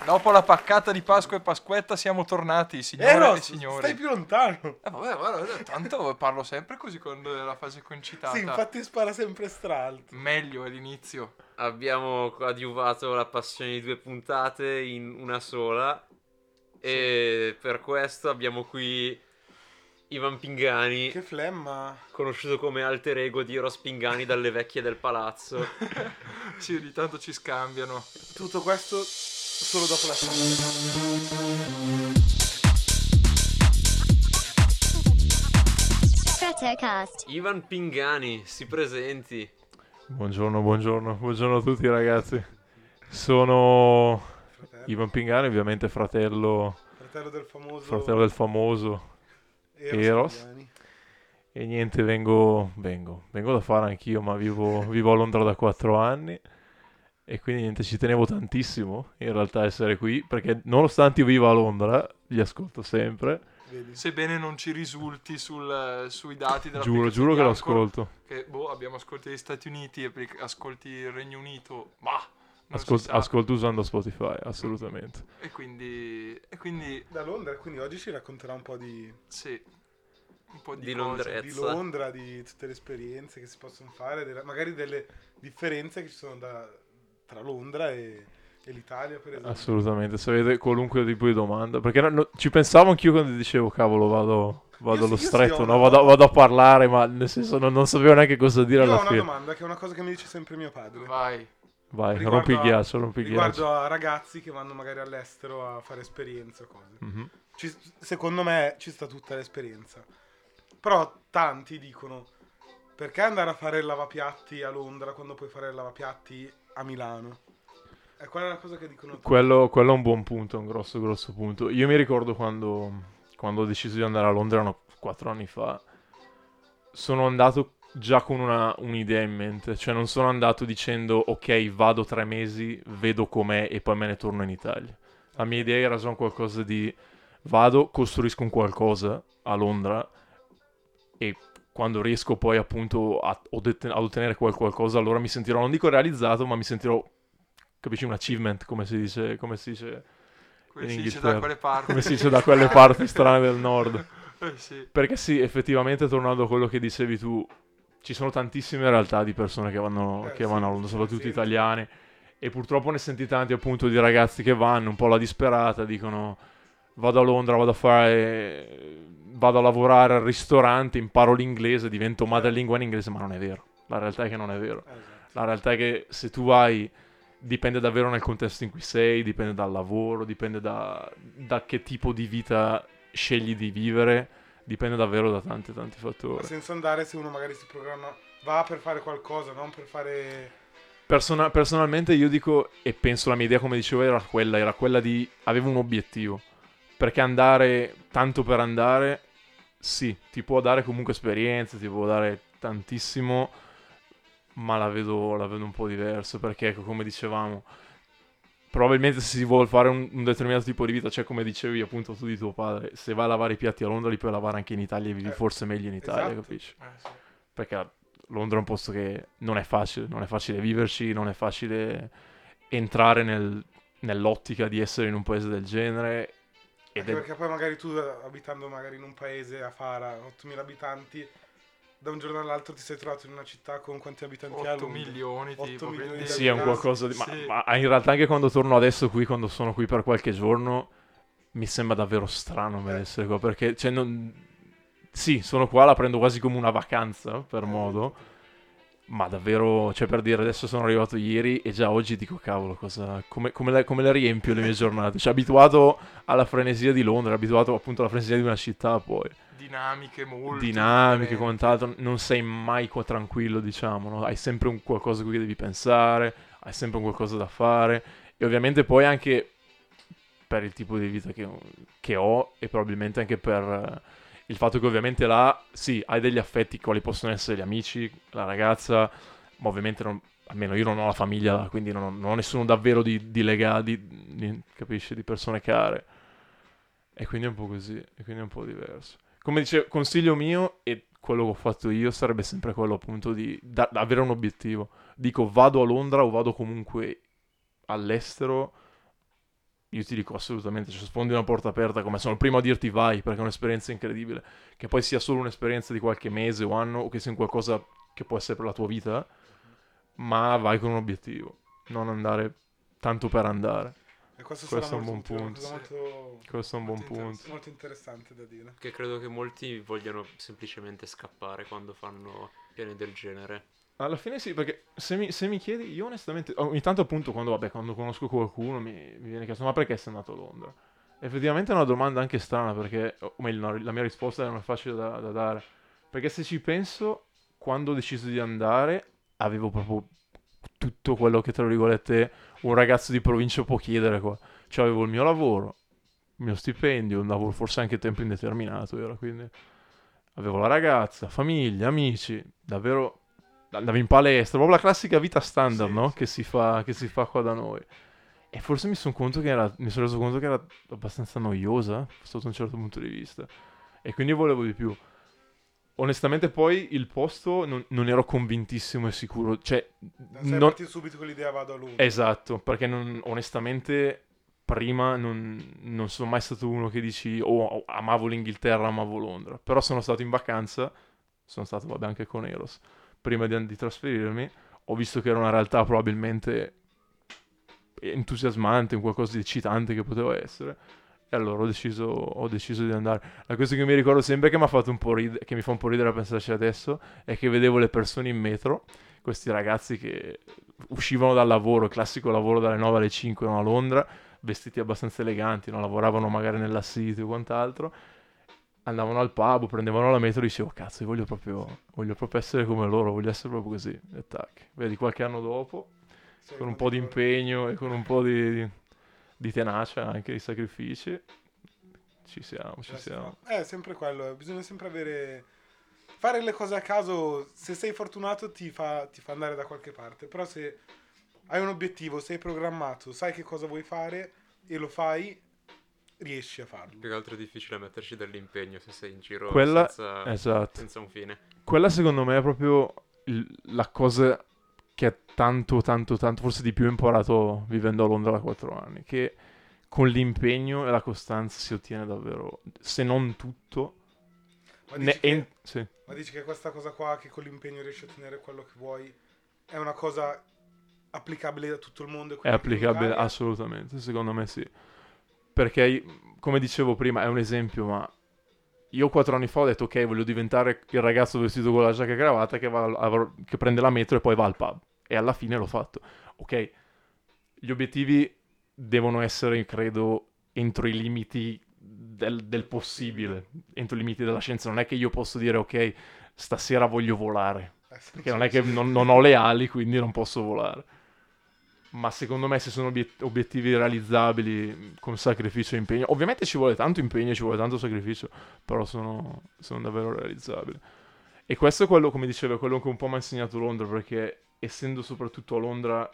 Dopo la paccata di Pasqua e Pasquetta siamo tornati, signore e Ross, signori. stai più lontano. Vabbè, guarda, tanto parlo sempre così con la fase Sì, concitata. infatti spara sempre stralto. Meglio all'inizio. Abbiamo coadiuvato la passione di 2 puntate in una sola. E per questo abbiamo qui Ivan Pingani, Che flemma. conosciuto come alter ego di Eros Pingani dalle vecchie del palazzo. Sì, ogni tanto ci scambiano. Tutto questo solo dopo la sigla. Stratocast. Ivan Pingani, si presenti. Buongiorno a tutti ragazzi. Sono Fratello, Ivan Pingani, ovviamente fratello fratello del famoso Eros. Pingani. E niente, vengo da fare anch'io, ma vivo a Londra da 4 anni. E quindi niente, ci tenevo tantissimo in realtà a essere qui, perché nonostante io viva a Londra, li ascolto sempre. Vedi? Sebbene non ci risulti sui dati della Giuro che lo ascolto. Che abbiamo ascolti degli Stati Uniti e ascolti il Regno Unito, ma non si sa. Ascolto usando Spotify, assolutamente. E quindi Da Londra, quindi oggi ci racconterà un po' di sì, un po' di Di cose. Londra. di Londra, di tutte le esperienze che si possono fare, magari delle differenze che ci sono tra Londra e l'Italia, per esempio. Assolutamente, se avete qualunque tipo di domanda, perché ci pensavo anch'io quando dicevo cavolo vado Io allo sì, stretto, ho no? una- vado a parlare, ma nel senso non sapevo neanche cosa dire Io ho alla una fine. domanda, che è una cosa che mi dice sempre mio padre. Vai. Vai, Riguardo rompi il a- ghiaccio. Riguardo a ragazzi che vanno magari all'estero a fare esperienze o cose. Mhm. Secondo me ci sta tutta l'esperienza. Però tanti dicono: perché andare a fare il lavapiatti a Londra quando puoi fare il lavapiatti a Milano? E qual è la cosa che dicono tutti? Quello è un buon punto, è un grosso punto. Io mi ricordo quando ho deciso di andare a Londra, erano 4 anni fa, sono andato già con un'idea in mente, cioè non sono andato dicendo ok, vado 3 mesi, vedo com'è e poi me ne torno in Italia. La mia idea era già qualcosa di vado, costruisco un qualcosa a Londra e quando riesco poi appunto ad ottenere qualcosa, allora mi sentirò, non dico realizzato, ma mi sentirò, capisci, un achievement, come si dice Come in si dice da Inghilterra. quelle parti. Come si dice da quelle parti strane del nord. Sì. Perché sì, effettivamente, tornando a quello che dicevi tu, ci sono tantissime realtà di persone che vanno Sì, a Londra, sì, soprattutto senti. italiane, e purtroppo ne senti tanti appunto di ragazzi che vanno un po' alla disperata, dicono vado a Londra, vado a lavorare al ristorante, imparo l'inglese, divento madrelingua in inglese, ma non è vero. La realtà è che non è vero. Esatto. La realtà è che se tu vai, dipende davvero nel contesto in cui sei, dipende dal lavoro, dipende da che tipo di vita scegli di vivere, dipende davvero da tanti Ma fattori. senza andare, se uno magari si programma, va per fare qualcosa, non per fare... Personalmente io dico, e penso la mia idea, come dicevo, era quella di, avevo un obiettivo, perché andare tanto per andare, sì, ti può dare comunque esperienza, ti può dare tantissimo, ma la vedo un po' diverso, perché ecco, come dicevamo, probabilmente se si vuole fare un determinato tipo di vita, cioè come dicevi appunto tu di tuo padre, se vai a lavare i piatti a Londra li puoi lavare anche in Italia e vivi forse meglio in Italia, esatto. capisci? Sì. Perché Londra è un posto che non è facile viverci, non è facile entrare nell'ottica di essere in un paese del genere. Anche perché poi magari tu, abitando magari in un paese a Fara, 8.000 abitanti, da un giorno all'altro ti sei trovato in una città con quanti abitanti ha 8 Londra? milioni 8 tipo, milioni quindi... di Sì, è un qualcosa di... Sì. Ma in realtà anche quando torno adesso qui, quando sono qui per qualche giorno, mi sembra davvero strano me essere qua, perché cioè, sì, sono qua, la prendo quasi come una vacanza, per modo, ma davvero, cioè per dire, adesso sono arrivato ieri e già oggi dico, cavolo, come le riempio le mie giornate? Cioè, abituato alla frenesia di Londra, abituato appunto alla frenesia di una città poi. Dinamiche molto Dinamiche, differenti. quant'altro, non sei mai qua tranquillo, diciamo, no? Hai sempre un qualcosa a cui devi pensare, hai sempre un qualcosa da fare, e ovviamente poi anche per il tipo di vita che ho, e probabilmente anche per il fatto che ovviamente là, sì, hai degli affetti quali possono essere gli amici, la ragazza, ma ovviamente almeno io non ho la famiglia là, quindi non ho nessuno davvero di legati, capisci, di persone care. E quindi è un po' così, e quindi è un po' diverso. Come dicevo, consiglio mio, e quello che ho fatto io, sarebbe sempre quello appunto di avere un obiettivo. Dico, vado a Londra o vado comunque all'estero io ti dico assolutamente, cioè sfondi una porta aperta come sono il primo a dirti vai, perché è un'esperienza incredibile. Che poi sia solo un'esperienza di qualche mese o anno, o che sia un qualcosa che può essere per la tua vita, ma vai con un obiettivo, non andare tanto per andare. E questo Questo sarà è un buon molto utile, punto. una cosa molto, Questo è un buon Molto punto. molto interessante da dire. Che credo che molti vogliano semplicemente scappare quando fanno piani del genere. Alla fine sì, perché se mi chiedi, io onestamente, ogni tanto appunto quando conosco qualcuno mi viene chiesto, ma perché sei andato a Londra? Effettivamente è una domanda anche strana, perché, o meglio, no, la mia risposta non è facile da dare. Perché se ci penso, quando ho deciso di andare, avevo proprio tutto quello che, tra virgolette, un ragazzo di provincia può chiedere qua. Cioè avevo il mio lavoro, il mio stipendio, un lavoro forse anche a tempo indeterminato era, quindi avevo la ragazza, famiglia, amici, davvero andavi in palestra, proprio la classica vita standard, Sì, no? sì. Che si fa qua da noi. E forse mi sono reso conto che era abbastanza noiosa sotto un certo punto di vista. E quindi volevo di più. Onestamente poi il posto non ero convintissimo e sicuro. Cioè, Sei non... partito subito con l'idea vado a Londra. Esatto, perché onestamente prima non sono mai stato uno che dici amavo l'Inghilterra, amavo Londra. Però sono stato in vacanza, sono stato vabbè anche con Eros, prima di trasferirmi, ho visto che era una realtà probabilmente entusiasmante, un qualcosa di eccitante che poteva essere. E allora ho deciso di andare. La cosa che mi ricordo sempre che mi ha fatto un po' ridere, che mi fa un po' ridere a pensarci adesso, è che vedevo le persone in metro, questi ragazzi che uscivano dal lavoro, il classico lavoro dalle 9 alle 5 no, a Londra, vestiti abbastanza eleganti, no? Lavoravano magari nella City o quant'altro, andavano al pub, prendevano la metro e dicevo, cazzo, io voglio proprio essere come loro, voglio essere proprio così. E tac. Vedi, qualche anno dopo, Sei con uno un po' di loro. impegno e con un po' di tenacia, anche di sacrifici, ci siamo. È sempre quello, bisogna sempre avere... Fare le cose a caso, se sei fortunato ti fa andare da qualche parte, però se hai un obiettivo, sei programmato, sai che cosa vuoi fare e lo fai, riesci a farlo. Più che altro è difficile metterci dell'impegno se sei in giro Esatto. senza un fine. Quella secondo me è proprio la cosa che è tanto, forse di più ho imparato vivendo a Londra da 4 anni, che con l'impegno e la costanza si ottiene davvero, se non tutto. Sì. Ma dici che questa cosa qua, che con l'impegno riesci a ottenere quello che vuoi, è una cosa applicabile a tutto il mondo? E È quindi anche in applicabile Italia? assolutamente, secondo me sì. Perché, come dicevo prima, è un esempio, ma io 4 anni fa ho detto ok, voglio diventare il ragazzo vestito con la giacca e cravatta che prende la metro e poi va al pub. E alla fine l'ho fatto. Ok, gli obiettivi devono essere, credo, entro i limiti del possibile, entro i limiti della scienza. Non è che io posso dire ok, stasera voglio volare. Perché non è che non ho le ali, quindi non posso volare. Ma secondo me se sono obiettivi realizzabili con sacrificio e impegno, ovviamente ci vuole tanto impegno, ci vuole tanto sacrificio, però sono davvero realizzabili. E questo è quello, come dicevo, è quello che un po' mi ha insegnato Londra, perché essendo soprattutto a Londra,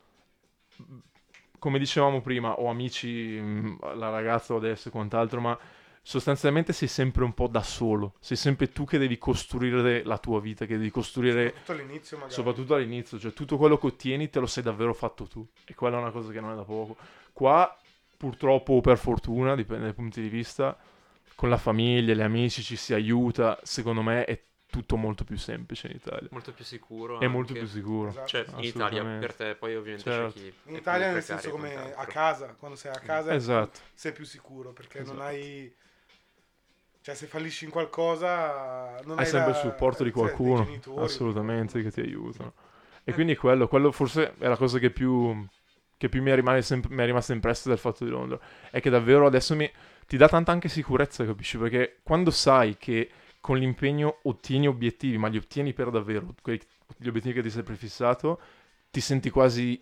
come dicevamo prima, ho amici, la ragazza adesso e quant'altro, ma sostanzialmente sei sempre un po' da solo, sei sempre tu che devi costruire la tua vita, che devi costruire... Soprattutto all'inizio magari. Soprattutto all'inizio, cioè tutto quello che ottieni te lo sei davvero fatto tu. E quella è una cosa che non è da poco. Qua, purtroppo o per fortuna, dipende dai punti di vista, con la famiglia, gli amici ci si aiuta. Secondo me è tutto molto più semplice in Italia. Molto più sicuro È anche. molto più sicuro. Esatto. Cioè, in Italia Assolutamente. per te, poi ovviamente Certo. c'è chi In è Italia più nel precario senso come quant'altro. a casa, quando sei a casa Esatto. sei più sicuro, perché non Esatto. hai... Cioè se fallisci in qualcosa non Hai sempre il la- supporto di cioè, dei qualcuno, genitori, assolutamente, che ti aiutano. E quindi quello forse è la cosa che più mi è rimasta impressa del fatto di Londra. È che davvero adesso ti dà tanta anche sicurezza, capisci? Perché quando sai che con l'impegno ottieni obiettivi, ma li ottieni per davvero, gli obiettivi che ti sei prefissato, ti senti quasi,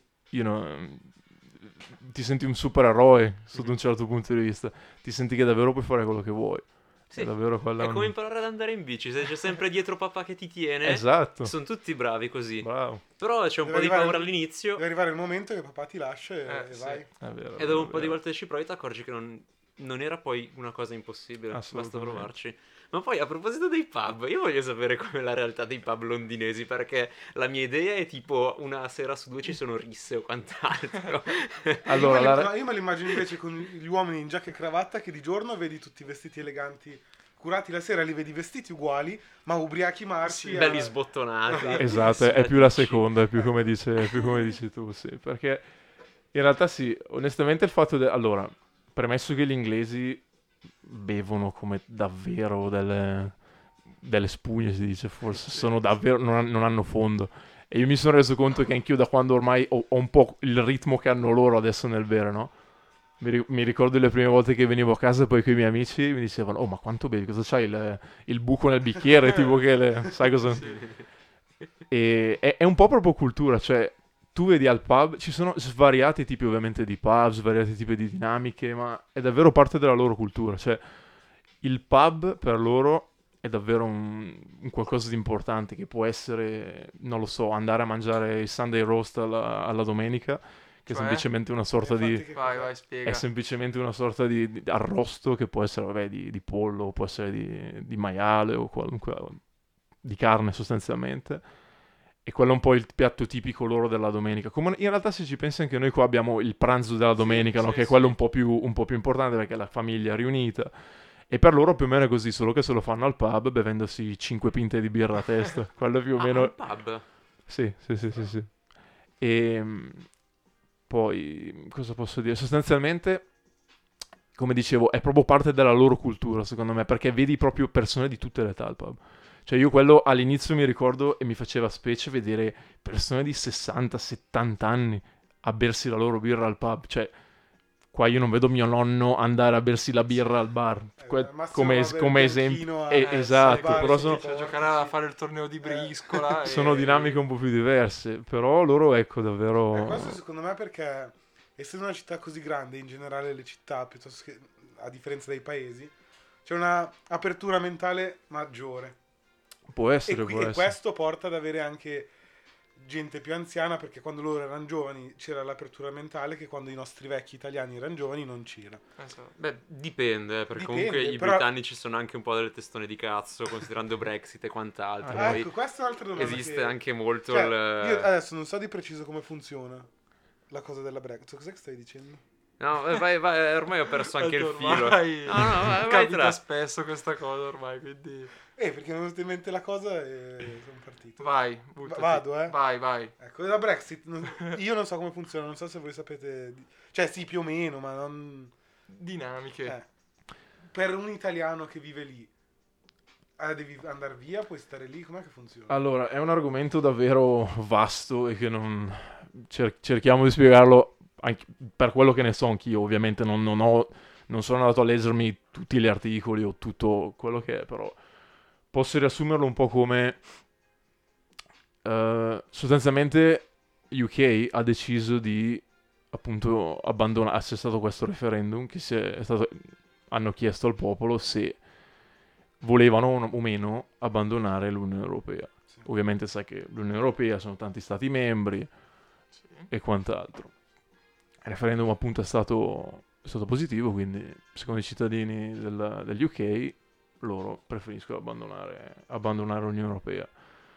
ti senti un supereroe sotto un certo punto di vista. Ti senti che davvero puoi fare quello che vuoi. Sì, È davvero quella è come imparare ad andare in bici, se c'è sempre dietro papà che ti tiene. Esatto. Sono tutti bravi così. Bravo. Però c'è un Deve po' di arrivare- paura all'inizio. Deve arrivare il momento che papà ti lascia e Sì. vai. È vero. E dopo un po' di volte ci provi ti accorgi che non era poi una cosa impossibile, basta Assolutamente. provarci. Ma poi a proposito dei pub, io voglio sapere com'è la realtà dei pub londinesi, perché la mia idea è tipo una sera su due ci sono risse o quant'altro. Allora, io me lo immagino invece con gli uomini in giacca e cravatta che di giorno vedi tutti vestiti eleganti, curati, la sera li vedi vestiti uguali, ma ubriachi marci. Belli sbottonati. Esatto, è più la seconda, è più come dici tu, sì, perché in realtà sì, onestamente il fatto allora, premesso che gli inglesi bevono come davvero delle spugne, si dice, forse sono davvero, non hanno fondo, e io mi sono reso conto che anch'io da quando ormai ho un po' il ritmo che hanno loro adesso nel bere, no? Mi ricordo le prime volte che venivo a casa poi con i miei amici mi dicevano: oh, ma quanto bevi? Cosa c'hai il buco nel bicchiere? Tipo che sai cosa... E è un po' proprio cultura, cioè tu vedi al pub, ci sono svariati tipi ovviamente di pub, svariati tipi di dinamiche, ma è davvero parte della loro cultura, cioè il pub per loro è davvero un qualcosa di importante, che può essere, non lo so, andare a mangiare il Sunday roast alla domenica, che è Cioè? semplicemente una sorta di... Vai, spiega. È semplicemente una sorta di arrosto che può essere, vabbè, di pollo, può essere di maiale o qualunque... di carne sostanzialmente. E quello è un po' il piatto tipico loro della domenica. Come in realtà, se ci pensi, anche noi qua abbiamo il pranzo della domenica, no? Che è quello un po' più importante, perché è la famiglia riunita. E per loro più o meno è così, solo che se lo fanno al pub bevendosi 5 pinte di birra a testa. Quello più o meno... al pub? Sì. E poi, cosa posso dire? Sostanzialmente, come dicevo, è proprio parte della loro cultura, secondo me, perché vedi proprio persone di tutte le età al pub. Cioè io quello all'inizio mi ricordo e mi faceva specie vedere persone di 60-70 anni a bersi la loro birra al pub. Cioè, qua io non vedo mio nonno andare a bersi la birra al bar. Come esempio. Esatto, però sono... Cioè, giocare a fare il torneo di briscola. Sono dinamiche un po' più diverse, però loro, ecco, davvero... Questo secondo me perché, essendo una città così grande, in generale le città, piuttosto che a differenza dei paesi, c'è una apertura mentale maggiore. Può essere, e questo porta ad avere anche gente più anziana, perché quando loro erano giovani c'era l'apertura mentale che quando i nostri vecchi italiani erano giovani non c'era. Beh, dipende, perché comunque i britannici sono anche un po' delle testone di cazzo, considerando Brexit e quant'altro. Ecco, questa è un'altra domanda. Esiste anche molto io adesso non so di preciso come funziona la cosa della Brexit. Cos'è che stai dicendo? No, vai, ormai ho perso anche il filo. Vai, capita spesso questa cosa ormai, quindi... perché mi è venuta in mente la cosa e sono partito. Vai, buttati. Vado, Vai. Ecco, la Brexit, io non so come funziona, non so se voi sapete... Cioè, sì, più o meno, ma non... Dinamiche. Per un italiano che vive lì, devi andare via, puoi stare lì, com'è che funziona? Allora, è un argomento davvero vasto e che non... cerchiamo di spiegarlo anche per quello che ne so anch'io. Ovviamente non sono andato a leggermi tutti gli articoli o tutto quello che è, però posso riassumerlo un po' come sostanzialmente UK ha deciso di appunto abbandonare. C'è stato questo referendum che hanno chiesto al popolo se volevano o meno abbandonare l'Unione Europea. Sì. Ovviamente sai che l'Unione Europea sono tanti stati membri, sì, e quant'altro. Il referendum appunto è stato positivo, quindi secondo i cittadini degli UK loro preferiscono abbandonare l'Unione Europea.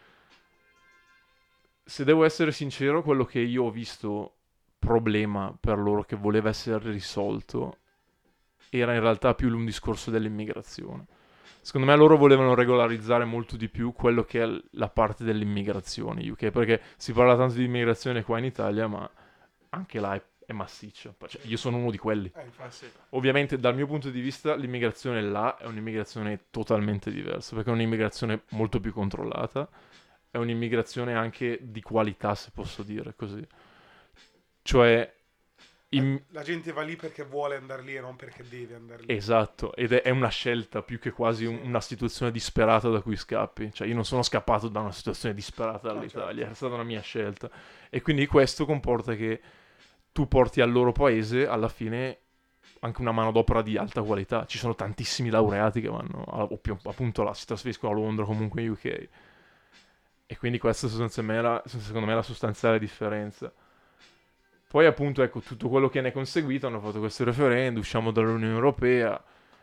Se devo essere sincero, quello che io ho visto problema per loro che voleva essere risolto era in realtà più un discorso dell'immigrazione. Secondo me loro volevano regolarizzare molto di più quello che è la parte dell'immigrazione UK, perché si parla tanto di immigrazione qua in Italia, ma anche là è massiccio. Cioè, io sono uno di quelli. Sì. Ovviamente dal mio punto di vista l'immigrazione là è un'immigrazione totalmente diversa, perché è un'immigrazione molto più controllata, è un'immigrazione anche di qualità, se posso dire così. Cioè la gente va lì perché vuole andare lì e non perché deve andare lì. Esatto, ed è una scelta più che quasi una situazione disperata da cui scappi. Cioè io non sono scappato da una situazione disperata dall'Italia, certo. È stata una mia scelta. E quindi questo comporta che tu porti al loro paese alla fine anche una manodopera di alta qualità. Ci sono tantissimi laureati che vanno appunto là, si trasferiscono a Londra, comunque in UK. E quindi questa secondo me è la sostanziale differenza. Poi appunto ecco tutto quello che ne è conseguito, hanno fatto questo referendum, usciamo dall'Unione Europea,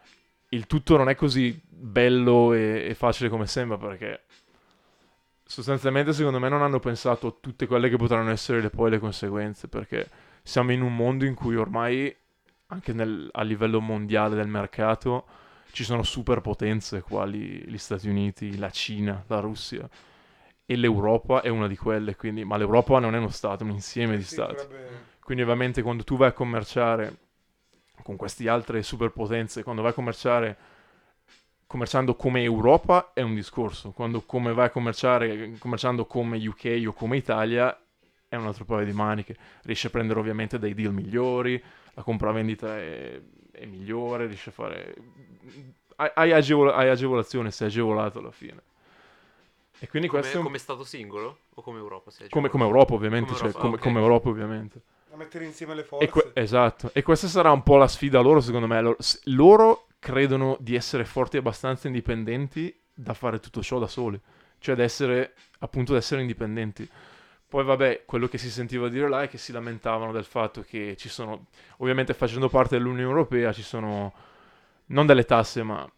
il tutto non è così bello e facile come sembra, perché sostanzialmente secondo me non hanno pensato a tutte quelle che potranno essere poi le conseguenze, perché siamo in un mondo in cui ormai anche a livello mondiale del mercato ci sono superpotenze quali gli Stati Uniti, la Cina, la Russia, e l'Europa è una di quelle, quindi, ma l'Europa non è uno stato, è un insieme di Sì, stati. dovrebbe- Quindi ovviamente quando tu vai a commerciare con queste altre superpotenze, quando vai a commerciando come Europa è un discorso, quando come vai a commerciando come UK o come Italia è un altro paio di maniche. Riesci a prendere ovviamente dei deal migliori, la compravendita è migliore, riesci a fare... hai agevolazione, sei agevolato alla fine. E quindi Come, questo è come stato singolo o come Europa? come Europa ovviamente, Come cioè, Europa, ok. come Europa ovviamente. a mettere insieme le E forze. esatto, e questa sarà un po' la sfida loro, secondo me. Loro credono di essere forti abbastanza indipendenti da fare tutto ciò da soli, cioè da essere, appunto, da essere indipendenti. Poi vabbè, quello che si sentiva dire là è che si lamentavano del fatto che ci sono, ovviamente facendo parte dell'Unione Europea, ci sono, non delle tasse, ma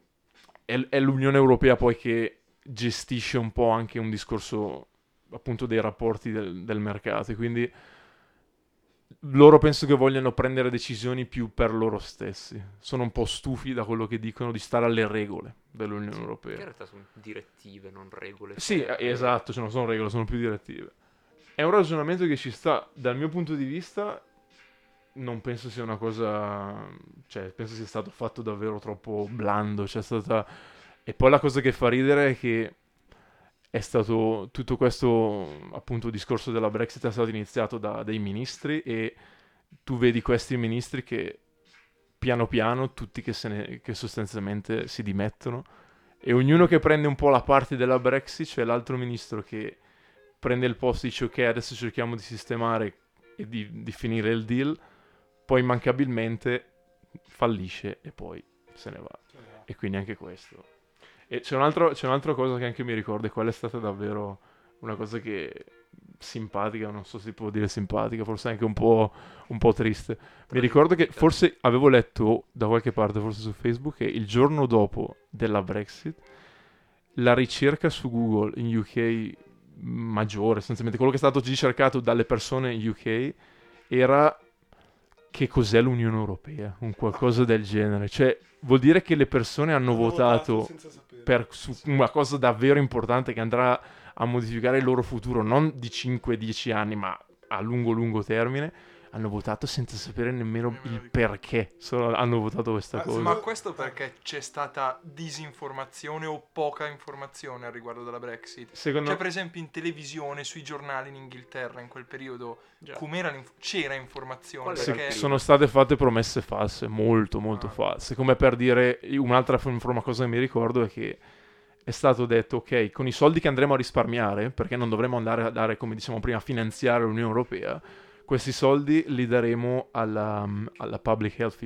è l'Unione Europea poi che gestisce un po' anche un discorso, appunto, dei rapporti del mercato, e quindi loro penso che vogliano prendere decisioni più per loro stessi. Sono un po' stufi da quello che dicono di stare alle regole dell'Unione Che in Europea. realtà sono direttive, non regole. Sì, esatto, cioè non sono regole, sono più direttive. È un ragionamento che ci sta. Dal mio punto di vista non penso sia una cosa... Cioè, penso sia stato fatto davvero troppo blando. C'è stata... E poi la cosa che fa ridere è che è stato tutto questo, appunto, discorso della Brexit è stato iniziato da dei ministri, e tu vedi questi ministri che piano piano tutti che sostanzialmente si dimettono, e ognuno che prende un po' la parte della Brexit, cioè l'altro ministro che prende il posto e dice ok, adesso cerchiamo di sistemare e di finire il deal, poi immancabilmente fallisce e poi se ne va. E quindi anche questo. E c'è un'altra cosa che anche mi ricordo, e quella è stata davvero una cosa che simpatica, non so se si può dire simpatica, forse anche un po' triste. Mi ricordo che forse avevo letto da qualche parte, forse su Facebook, che il giorno dopo della Brexit la ricerca su Google in UK maggiore, essenzialmente quello che è stato ricercato dalle persone in UK era che cos'è l'Unione Europea, un qualcosa del genere. Cioè, vuol dire che le persone hanno votato senza sapere. su una cosa davvero importante che andrà a modificare il loro futuro, non di 5-10 anni, ma a lungo termine. Hanno votato senza sapere nemmeno il perché, solo hanno votato questa cosa. Ma questo perché c'è stata disinformazione o poca informazione al riguardo della Brexit? Secondo Cioè, per esempio, in televisione, sui giornali in Inghilterra, in quel periodo, c'era informazione. Qual era Sì, il Perché... sono state fatte promesse false, molto Ah. false. Come per dire, un'altra cosa che mi ricordo è che è stato detto, ok, con i soldi che andremo a risparmiare, perché non dovremo andare a dare, come diciamo prima, a finanziare l'Unione Europea, questi soldi li daremo alla public health,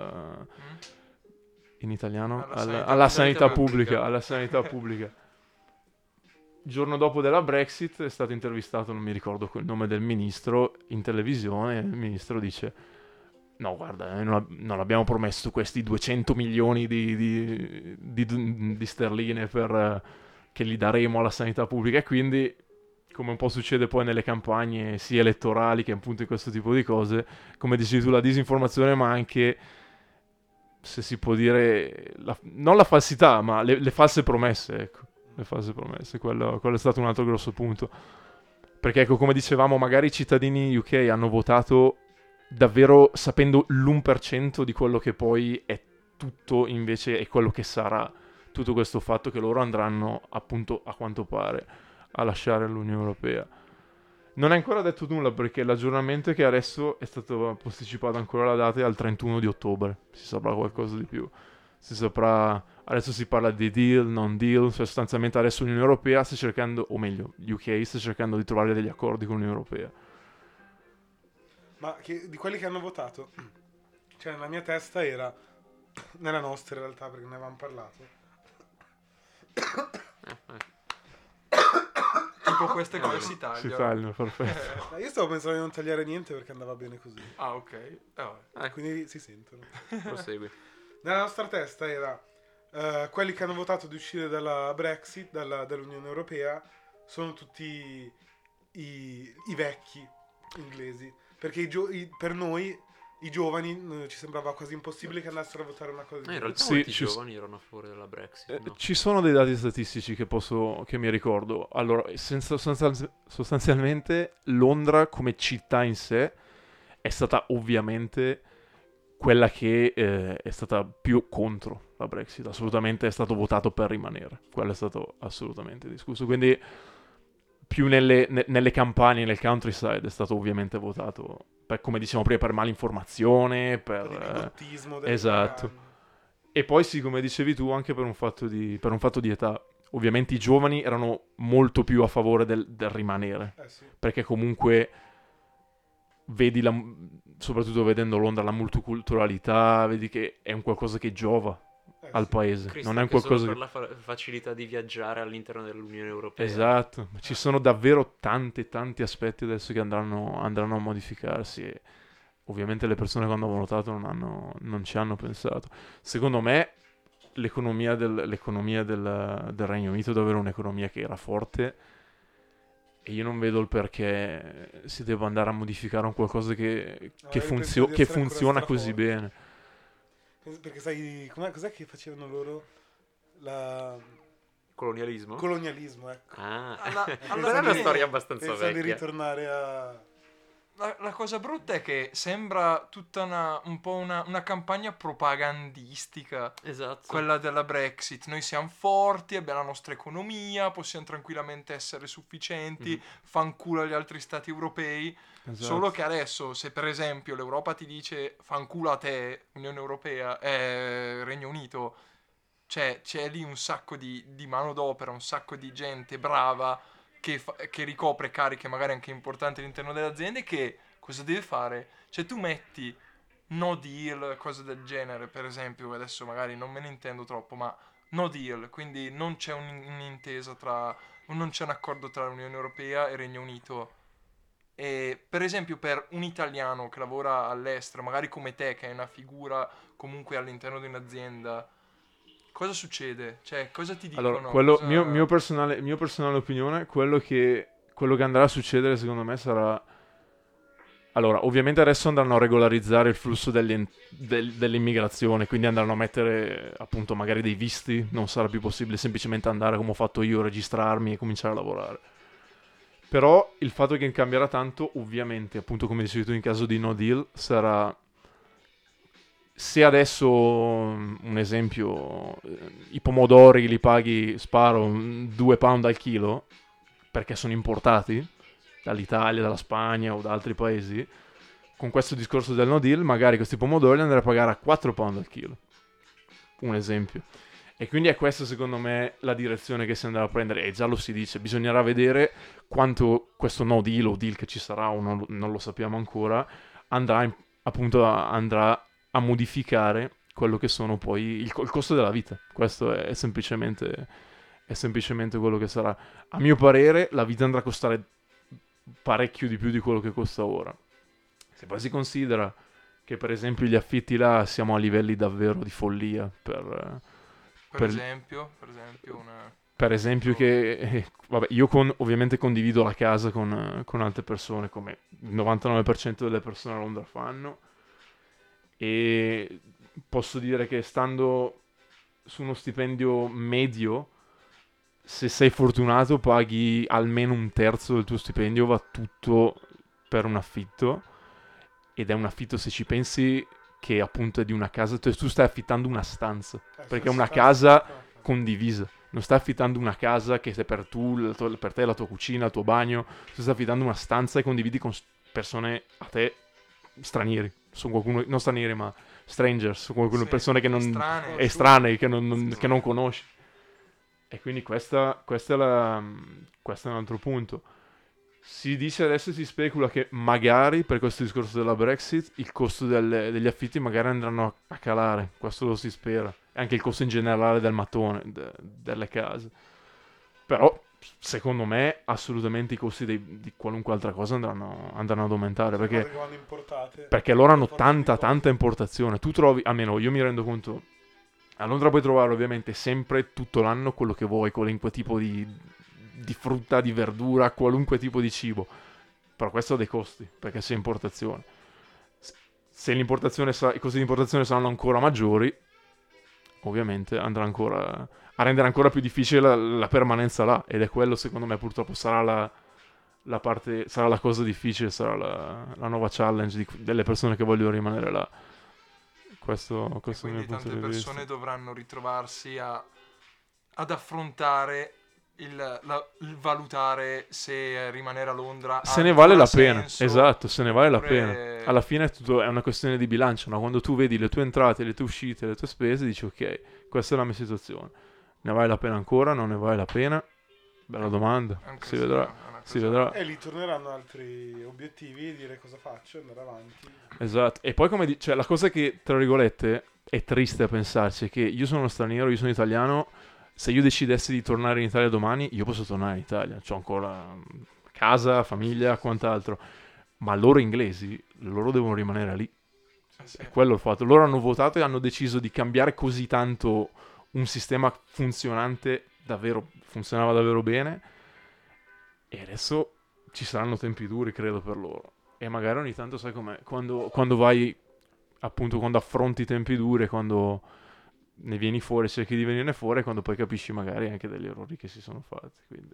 in italiano, alla sanità pubblica, alla sanità pubblica. Il giorno dopo della Brexit è stato intervistato, non mi ricordo il nome del ministro, in televisione, e il ministro dice: no, guarda, non abbiamo promesso questi 200 milioni di sterline che li daremo alla sanità pubblica, e quindi, come un po' succede poi nelle campagne sia elettorali che appunto in questo tipo di cose, come dici tu, la disinformazione, ma anche, se si può dire, non la falsità, ma le false promesse, ecco. Le false promesse, quello è stato un altro grosso punto. Perché, ecco, come dicevamo, magari i cittadini UK hanno votato davvero sapendo l'1% di quello che poi è tutto, invece è quello che sarà tutto questo fatto che loro andranno, appunto, a quanto pare, a lasciare l'Unione Europea. Non è ancora detto nulla, perché l'aggiornamento è che adesso è stato posticipato ancora la data al 31 di ottobre. Si saprà qualcosa di più. Si saprà... Adesso si parla di deal, non deal, cioè sostanzialmente adesso l'Unione Europea sta cercando, o meglio, UK sta cercando di trovare degli accordi con l'Unione Europea. Ma di quelli che hanno votato, cioè nella mia testa era, nella nostra in realtà, perché ne avevamo parlato, Tipo queste cose si tagliano. Si tagliano, perfetto. ma io stavo pensando di non tagliare niente perché andava bene così. Ah, ok. Vabbè. Quindi si sentono. Prosegui. Nella nostra testa era quelli che hanno votato di uscire dalla Brexit, dall'Unione Europea, sono tutti i vecchi inglesi. Perché per noi, i giovani, ci sembrava quasi impossibile che andassero a votare una cosa di In realtà Sì, molti ci- giovani erano a favore della Brexit, no? Ci sono dei dati statistici che mi ricordo. Allora, sostanzialmente Londra come città in sé è stata ovviamente quella che è stata più contro la Brexit. Assolutamente è stato votato per rimanere. Quello è stato assolutamente discusso. Quindi più nelle campagne, nel countryside è stato ovviamente votato, come diciamo prima, per malinformazione, per il bigottismo delle esatto. pagane. E poi sì, come dicevi tu, anche per un fatto di età. Ovviamente i giovani erano molto più a favore del rimanere, Sì. perché comunque vedi, soprattutto vedendo Londra, la multiculturalità, vedi che è un qualcosa che giova al Sì. paese. Cristo, Non è un anche solo qualcosa per la facilità di viaggiare all'interno dell'Unione Europea. Esatto, ci sono davvero tanti aspetti adesso che andranno a modificarsi e ovviamente le persone quando hanno votato non ci hanno pensato. Secondo me l'economia del Regno Unito è davvero un'economia che era forte e io non vedo il perché si debba andare a modificare un qualcosa che No, io penso di che essere funziona ancora così straforte. bene. Perché sai, cos'è che facevano loro? Colonialismo? Colonialismo, ecco. Ah, Allora, quella è una storia abbastanza Pensano di vecchia. ritornare a... La cosa brutta è che sembra tutta un po' una campagna propagandistica, Esatto. quella della Brexit. Noi siamo forti, abbiamo la nostra economia, possiamo tranquillamente essere sufficienti, fanculo agli altri stati europei. Esatto. Solo che adesso, se per esempio l'Europa ti dice fanculo a te, Unione Europea, Regno Unito, c'è lì un sacco di manodopera, un sacco di gente brava che ricopre cariche magari anche importanti all'interno delle aziende, che cosa deve fare? Cioè tu metti no deal, cose del genere, per esempio, adesso magari non me ne intendo troppo, ma no deal, quindi non c'è un'intesa non c'è un accordo tra l'Unione Europea e il Regno Unito. E per esempio per un italiano che lavora all'estero, magari come te, che è una figura comunque all'interno di un'azienda, cosa succede? Cioè, cosa ti dicono? Allora, quello, Cosa- mio personale opinione, quello che andrà a succedere secondo me sarà... Allora, ovviamente adesso andranno a regolarizzare il flusso dell'immigrazione, quindi andranno a mettere appunto magari dei visti, non sarà più possibile semplicemente andare come ho fatto io, registrarmi e cominciare a lavorare. Però il fatto che cambierà tanto, ovviamente, appunto come dicevi tu in caso di no deal, sarà... Se adesso, un esempio, i pomodori li paghi, sparo, 2 pound al chilo, perché sono importati dall'Italia, dalla Spagna o da altri paesi, con questo discorso del no deal, magari questi pomodori li andrai a pagare a 4 pound al chilo. Un esempio. E quindi è questa secondo me la direzione che si andrà a prendere, e già lo si dice, bisognerà vedere quanto questo no deal o deal che ci sarà o non lo sappiamo ancora, andrà a modificare quello che sono poi il costo della vita. Questo è semplicemente quello che sarà. A mio parere la vita andrà a costare parecchio di più di quello che costa ora. Se poi si considera che per esempio gli affitti là siamo a livelli davvero di follia per per- esempio, per esempio che vabbè, io ovviamente condivido la casa con altre persone, come il 99% delle persone a Londra fanno, e posso dire che stando su uno stipendio medio, se sei fortunato paghi almeno un terzo del tuo stipendio, va tutto per un affitto, ed è un affitto, se ci pensi, che appunto è di una casa, tu stai affittando una stanza, perché è una casa condivisa. Non stai affittando una casa che è per te, la tua cucina, il tuo bagno. Tu stai affittando una stanza e condividi con persone a te stranieri. Sono qualcuno, non stranieri, ma strangers. Sono qualcuno, Sì, persone che non estranee. estranei, che non conosci. E quindi questo è un altro punto. Si dice adesso, si specula che magari per questo discorso della Brexit il costo degli affitti magari andranno a calare, questo lo si spera, e anche il costo in generale del mattone, delle case. Però secondo me assolutamente i costi di qualunque altra cosa andranno ad aumentare, Cose perché che vanno importate. loro hanno Per forza di cose. tanta importazione. Tu trovi, almeno io mi rendo conto, a Londra puoi trovare ovviamente sempre tutto l'anno quello che vuoi, qualunque tipo di frutta, di verdura, qualunque tipo di cibo. Però questo ha dei costi, perché c'è importazione. Se l'importazione i costi di importazione saranno ancora maggiori, ovviamente andrà ancora a rendere ancora più difficile la permanenza là. Ed è quello, secondo me, purtroppo sarà la parte, sarà la cosa difficile, sarà la nuova challenge delle persone che vogliono rimanere là. Questo E è il quindi mio punto tante di persone vista. dovranno ritrovarsi ad affrontare il valutare se rimanere a Londra Se ha ne vale ancora la pena, senso, esatto, se ne vale la oppure- pena. Alla fine è una questione di bilancio, no? Quando tu vedi le tue entrate, le tue uscite, le tue spese, dici ok, questa è la mia situazione. Ne vale la pena ancora? Non ne vale la pena? Bella domanda, è un si casino, vedrà, è una si cosa- vedrà. E lì torneranno altri obiettivi, dire cosa faccio, andare avanti. Esatto, e poi come cioè, la cosa che, tra virgolette, è triste a pensarci è che io sono straniero, io sono italiano, se io decidessi di tornare in Italia domani, io posso tornare in Italia, ho ancora casa, famiglia, quant'altro, ma loro inglesi, loro devono rimanere lì, sì. è quello il fatto, loro hanno votato e hanno deciso di cambiare così tanto un sistema funzionante, funzionava davvero bene, e adesso ci saranno tempi duri, credo, per loro. E magari ogni tanto, sai com'è, quando vai, appunto, quando affronti i tempi duri, quando ne vieni fuori, cerchi di venirne fuori, quando poi capisci magari anche degli errori che si sono fatti. Quindi,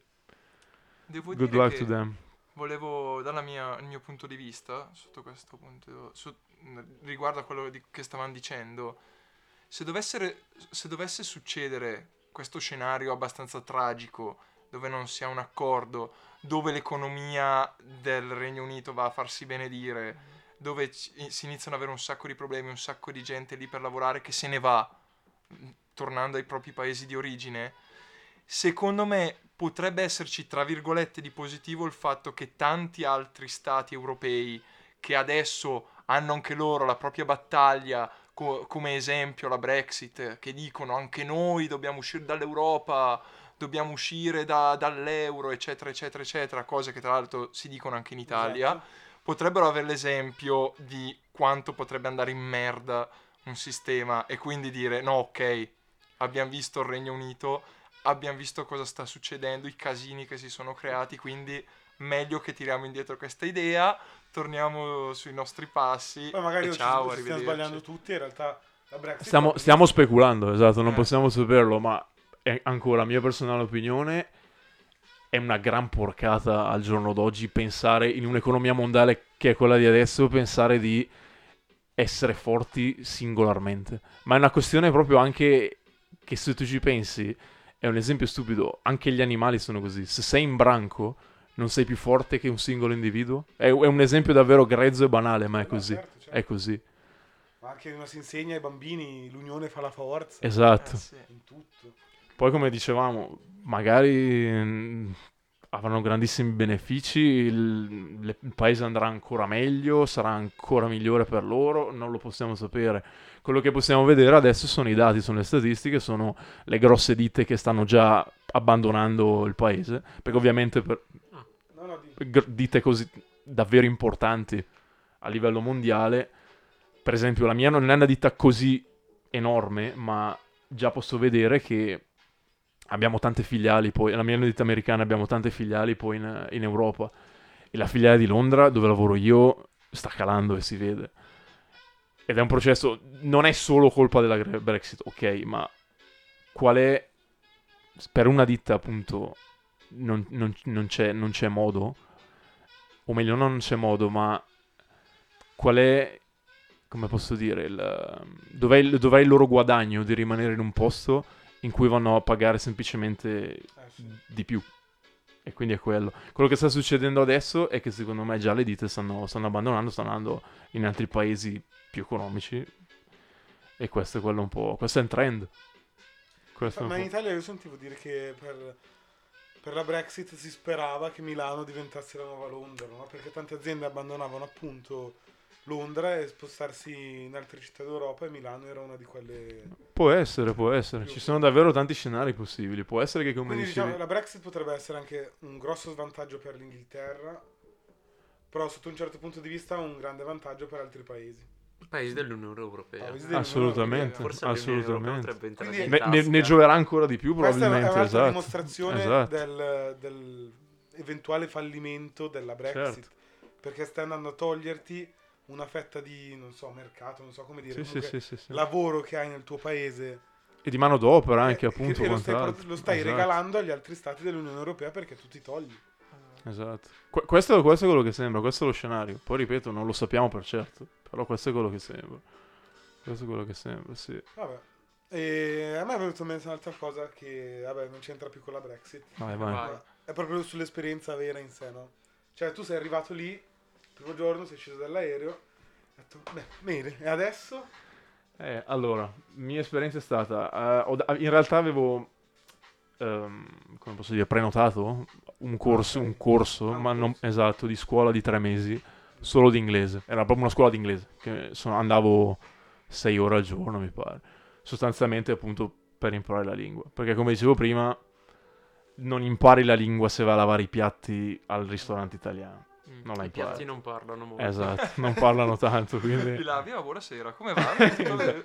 Devo good dire luck to che them. volevo, il mio punto di vista, sotto questo punto, riguardo a quello che stavamo dicendo, se dovesse succedere questo scenario abbastanza tragico, dove non si ha un accordo, dove l'economia del Regno Unito va a farsi benedire, dove si iniziano ad avere un sacco di problemi, un sacco di gente lì per lavorare che se ne va, tornando ai propri paesi di origine, secondo me potrebbe esserci, tra virgolette, di positivo il fatto che tanti altri stati europei che adesso hanno anche loro la propria battaglia, come esempio la Brexit, che dicono anche noi dobbiamo uscire dall'Europa, dobbiamo uscire dall'euro, eccetera, eccetera, eccetera, cose che tra l'altro si dicono anche in Italia, Esatto. potrebbero avere l'esempio di quanto potrebbe andare in merda un sistema e quindi dire no, ok, abbiamo visto il Regno Unito, abbiamo visto cosa sta succedendo, i casini che si sono creati, quindi meglio che tiriamo indietro questa idea, torniamo sui nostri passi Poi magari e ci ciao, ci stiamo arrivederci. sbagliando tutti, in realtà la Brexit Stiamo speculando, esatto, non Eh. possiamo saperlo, ma è ancora mia personale opinione. È una gran porcata al giorno d'oggi pensare in un'economia mondiale che è quella di adesso, pensare di essere forti singolarmente. Ma è una questione proprio anche che se tu ci pensi, è un esempio stupido, anche gli animali sono così. Se sei in branco, non sei più forte che un singolo individuo. È un esempio davvero grezzo e banale, ma è No, così. certo. È così. Ma anche si insegna ai bambini, l'unione fa la forza, Esatto. Sì. in tutto. Poi come dicevamo, magari avranno grandissimi benefici, il paese andrà ancora meglio, sarà ancora migliore per loro, non lo possiamo sapere. Quello che possiamo vedere adesso sono i dati, sono le statistiche, sono le grosse ditte che stanno già abbandonando il paese, perché ovviamente per No, ditte così davvero importanti a livello mondiale, per esempio la mia non è una ditta così enorme, ma già posso vedere che abbiamo tante filiali poi, la mia ditta americana abbiamo tante filiali poi in Europa, e la filiale di Londra dove lavoro io sta calando e si vede, ed è un processo, non è solo colpa della Brexit, ok, ma qual è, per una ditta appunto non c'è modo, o meglio non c'è modo, ma qual è, come posso dire, dov'è il loro guadagno di rimanere in un posto in cui vanno a pagare semplicemente sì. di più. E quindi è quello. Quello che sta succedendo adesso è che secondo me già le ditte stanno abbandonando, stanno andando in altri paesi più economici. E questo è quello un po'. Questo è un trend. Questo è Ma un in po'. Italia io sentivo dire che per la Brexit si sperava che Milano diventasse la nuova Londra, no? Perché tante aziende abbandonavano appunto Londra e spostarsi in altre città d'Europa, e Milano era una di quelle. Può essere. Ci sono davvero tanti scenari possibili. Può essere che, come Quindi dicevi... diciamo la Brexit potrebbe essere anche un grosso svantaggio per l'Inghilterra, però sotto un certo punto di vista un grande vantaggio per altri paesi. Paesi dell'Unione Europea. Paesi dell'Unione Assolutamente, Forse l'Unione Europea assolutamente. potrebbe entrare Quindi- in Ne tasca. gioverà ancora di più Questa è probabilmente, un'altra esatto. dimostrazione Esatto. del eventuale fallimento della Brexit, Certo. perché stai andando a toglierti una fetta di, non so, mercato, non so come dire, Sì, comunque sì. lavoro che hai nel tuo paese. E di manodopera anche, e- appunto, e lo stai, quant'altro. lo stai Esatto. regalando agli altri stati dell'Unione Europea perché tu ti togli. Esatto. Questo è quello che sembra, questo è lo scenario. Poi ripeto, non lo sappiamo per certo, però questo è quello che sembra. Questo è quello che sembra, sì. Vabbè. E a me è venuto in mente un'altra cosa che, vabbè, non c'entra più con la Brexit. Vai. Vai. È proprio sull'esperienza vera in sé, no? Cioè, tu sei arrivato lì, il primo giorno sei sceso dall'aereo, hai detto, beh, bene, e adesso? Allora, mia esperienza è stata... in realtà avevo, come posso dire, prenotato un corso, ma non, esatto, di scuola di 3 mesi, solo di inglese. Era proprio una scuola di inglese, che andavo 6 ore al giorno, mi pare. Sostanzialmente, appunto, per imparare la lingua. Perché, come dicevo prima, non impari la lingua se vai a lavare i piatti al ristorante italiano. Non la I piatti impari. non parlano molto. Esatto, non parlano tanto, quindi... Li lavi, buonasera, come va? Tutto bene?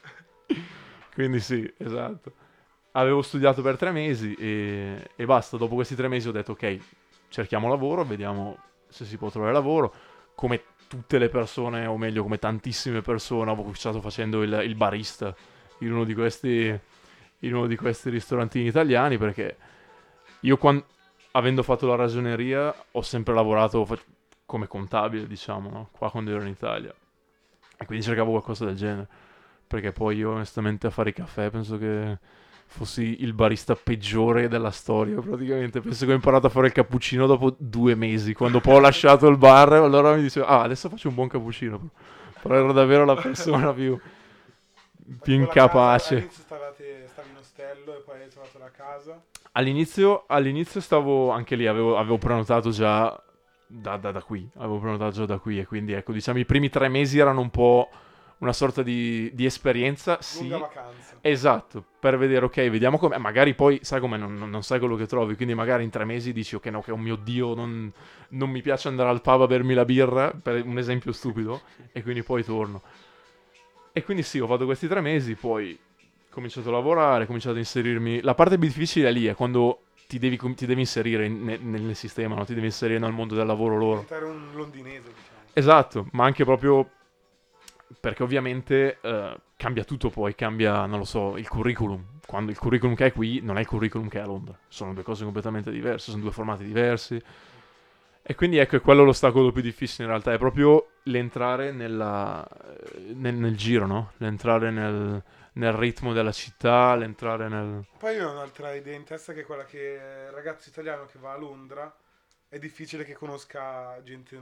Quindi sì, esatto. Avevo studiato per 3 mesi e basta. Dopo questi 3 mesi ho detto, ok, cerchiamo lavoro, vediamo se si può trovare lavoro. Come tutte le persone, o meglio, come tantissime persone, ho cominciato facendo il barista in uno di questi ristorantini italiani, perché io, avendo fatto la ragioneria, ho sempre lavorato come contabile, diciamo, no? Qua quando ero in Italia. E quindi cercavo qualcosa del genere. Perché poi io, onestamente, a fare i caffè penso che fossi il barista peggiore della storia, praticamente. Penso che ho imparato a fare il cappuccino dopo 2 mesi, quando poi ho lasciato il bar, allora mi dicevo, adesso faccio un buon cappuccino. Però ero davvero la persona più Con la casa, incapace. all'inizio stavi in ostello e poi hai trovato la casa. All'inizio stavo, anche lì, avevo prenotato già da qui, e quindi ecco, diciamo, i primi 3 mesi erano un po' una sorta di esperienza, sì. Lunga vacanza. Esatto, per vedere, ok, vediamo come. Magari poi sai come non sai quello che trovi, quindi magari in 3 mesi dici, ok, no, che oh mio Dio, non mi piace andare al pub a bermi la birra, per un esempio stupido, e quindi poi torno. E quindi sì, ho fatto questi 3 mesi, poi ho cominciato a lavorare, ho cominciato a inserirmi. La parte più difficile è lì, è quando ti devi inserire nel sistema, no? Ti devi inserire nel mondo del lavoro loro. Diventare un londinese, diciamo. Esatto, ma anche proprio perché ovviamente cambia tutto poi, cambia, non lo so, il curriculum. Quando il curriculum che hai qui non è il curriculum che hai a Londra. Sono 2 cose completamente diverse, sono 2 formati diversi. E quindi ecco, è quello l'ostacolo più difficile in realtà, è proprio l'entrare nel giro, no? L'entrare nel ritmo della città, l'entrare nel... Poi io ho un'altra idea in testa, che è quella che il ragazzo italiano che va a Londra è difficile che conosca gente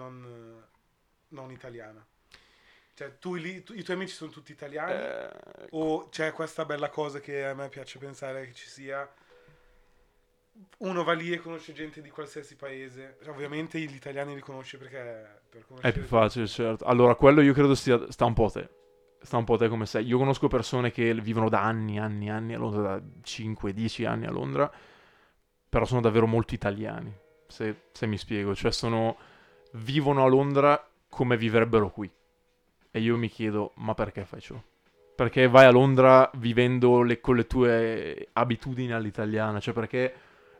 non italiana. Cioè, i tuoi amici sono tutti italiani? O c'è questa bella cosa che a me piace pensare che ci sia? Uno va lì e conosce gente di qualsiasi paese. Cioè, ovviamente gli italiani li conosce perché per conoscere... È più facile, certo. Allora, quello io credo sta un po' a te. Sta un po' a te come sei. Io conosco persone che vivono da anni a Londra, da 5-10 anni a Londra, però sono davvero molto italiani, se mi spiego. Cioè vivono a Londra come vivrebbero qui. E io mi chiedo, ma perché fai ciò? Perché vai a Londra vivendo con le tue abitudini all'italiana? Cioè perché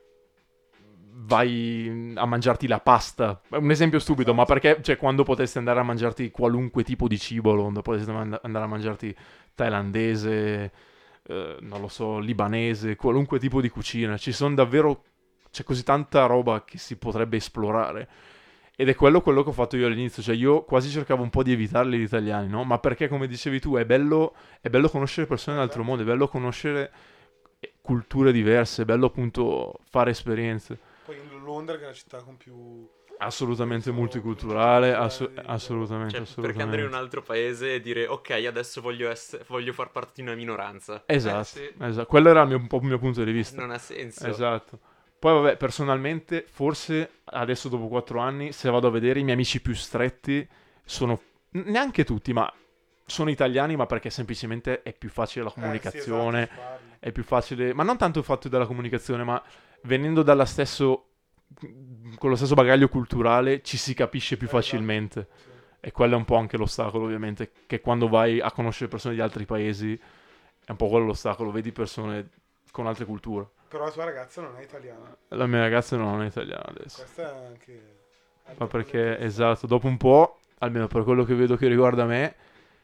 vai a mangiarti la pasta? È un esempio stupido, ma perché, cioè, quando potessi andare a mangiarti qualunque tipo di cibo a Londra, potessi andare a mangiarti thailandese, non lo so, libanese, qualunque tipo di cucina. Ci sono davvero, c'è così tanta roba che si potrebbe esplorare. Ed è quello che ho fatto io all'inizio, cioè io quasi cercavo un po' di evitarli gli italiani, no? Ma perché, come dicevi tu, è bello conoscere persone dell'altro mondo, è bello conoscere culture diverse, è bello appunto fare esperienze. Poi in Londra, che è la città con più... Assolutamente multiculturale, multiculturale, assolutamente, Cioè, assolutamente. perché andare in un altro paese e dire, ok, adesso voglio far parte di una minoranza. Esatto, sì. esatto. Quello era un po' il mio punto di vista. Non ha senso. Esatto. Poi vabbè, personalmente, forse adesso dopo 4 anni, se vado a vedere i miei amici più stretti, sono neanche tutti, ma sono italiani, ma perché semplicemente è più facile la comunicazione, Sì, esatto, è più facile, ma non tanto il fatto della comunicazione, ma venendo con lo stesso bagaglio culturale ci si capisce più Esatto. facilmente. Sì. E quello è un po' anche l'ostacolo, ovviamente, che quando vai a conoscere persone di altri paesi è un po' quello l'ostacolo, vedi persone con altre culture. Però la tua ragazza non è italiana. La mia ragazza non è italiana adesso. Questa è anche... Ma perché, esatto, dopo un po', almeno per quello che vedo che riguarda me,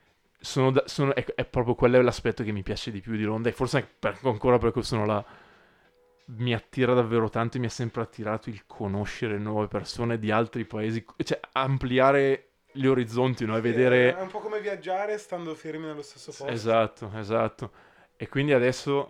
è proprio quello l'aspetto che mi piace di più di Londra, e forse ancora perché sono là. Mi attira davvero tanto e mi ha sempre attirato il conoscere nuove persone di altri paesi, cioè ampliare gli orizzonti, no? E vedere... È un po' come viaggiare stando fermi nello stesso posto. Esatto. E quindi adesso,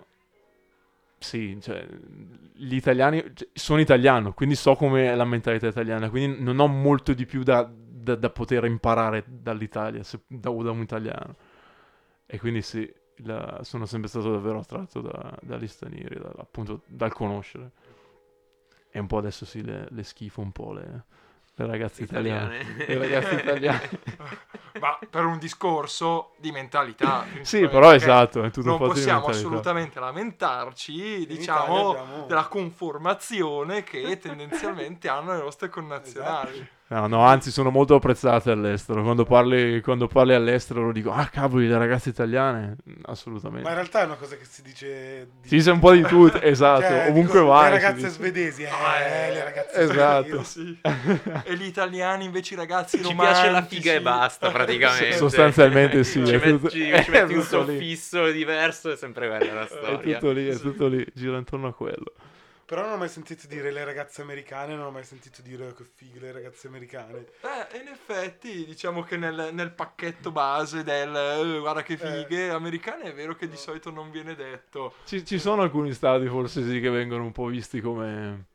sì, cioè, gli italiani... cioè, sono italiano, quindi so com'è la mentalità italiana, quindi non ho molto di più da poter imparare dall'Italia, da un italiano. E quindi sì, sono sempre stato davvero attratto dagli stranieri, appunto dal conoscere. E un po' adesso sì, le schifo un po' le ragazze italiane. Le ragazze italiane. Ma per un discorso di mentalità. Sì, però perché esatto, è tutto non un fatto di possiamo mentalità. assolutamente lamentarci, Italia diciamo, abbiamo- della conformazione che tendenzialmente hanno le nostre connazionali. No, anzi sono molto apprezzate all'estero. Quando parli all'estero lo dico, ah cavoli, le ragazze italiane. Assolutamente. Ma in realtà è una cosa che si dice... Si dice un po' di tutto, esatto, Cioè, ovunque dico, vai. Le si ragazze dice. svedesi, le ragazze Esatto. svedesi. Sì. E gli italiani invece i ragazzi Ci romantici. piace la figa e basta, praticamente. Sostanzialmente sì, Ci è metti, tutto- ci metti un tutto lì. soffisso diverso, è sempre quella la storia. È tutto lì, gira intorno a quello. Però non ho mai sentito dire le ragazze americane, non ho mai sentito dire che fighe le ragazze americane. In effetti, diciamo che nel pacchetto base del guarda che fighe americane è vero che di solito non viene detto. Ci sono alcuni stati forse sì che vengono un po' visti come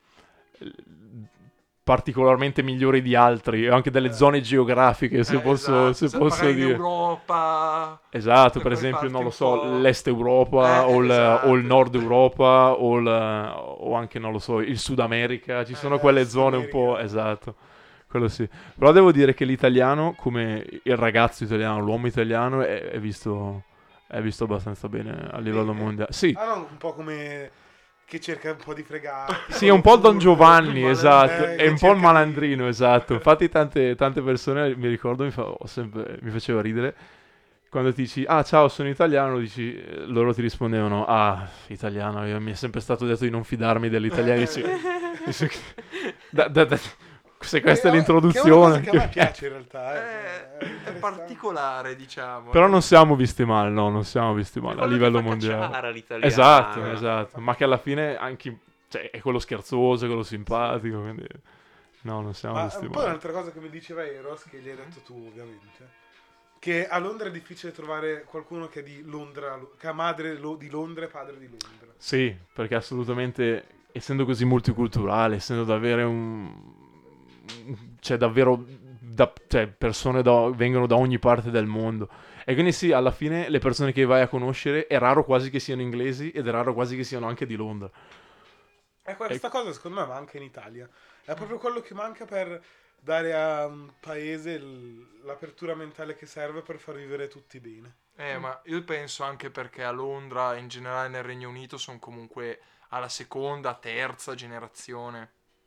particolarmente migliori di altri, o anche delle zone geografiche, se posso magari dire. in Europa. Esatto, e per poi esempio, parti non lo un so, po'. l'Est Europa Esatto. o il Nord Europa o anche, non lo so, il Sud America. Ci sono quelle Sud zone un po'... America. Esatto, quello sì. Però devo dire che l'italiano, come il ragazzo italiano, l'uomo italiano, è visto abbastanza bene a livello mondiale. Sì, Ah no, un po' come... che cerca un po' di fregarti. sì, è un po' Don Giovanni, esatto, che è un po' cerca il malandrino, esatto. Infatti tante persone, mi ricordo, mi faceva ridere, quando ti dici, ah ciao, sono italiano, loro ti rispondevano, ah, italiano, mi è sempre stato detto di non fidarmi degli italiani. Dici, se questa è l'introduzione... Che è una cosa che a me piace in realtà. È interessante. particolare, diciamo. Però non siamo visti male, no, non siamo visti male a Quello che livello fa mondiale. cacciara l'italiano. Esatto, ma che alla fine anche, cioè, è quello scherzoso, è quello simpatico, quindi no, non siamo Ma visti un po' male. un'altra cosa che mi diceva Eros, che gli hai detto tu ovviamente, che a Londra è difficile trovare qualcuno che è di Londra, che ha madre di Londra e padre di Londra. Sì, perché assolutamente, essendo così multiculturale, essendo davvero cioè davvero cioè, persone vengono da ogni parte del mondo. E quindi sì, alla fine le persone che vai a conoscere è raro quasi che siano inglesi ed è raro quasi che siano anche di Londra. E questa cosa secondo me manca in Italia. È proprio quello che manca per dare a un paese l'apertura mentale che serve per far vivere tutti bene. Ma io penso anche perché a Londra, in generale nel Regno Unito, sono comunque alla seconda, terza generazione.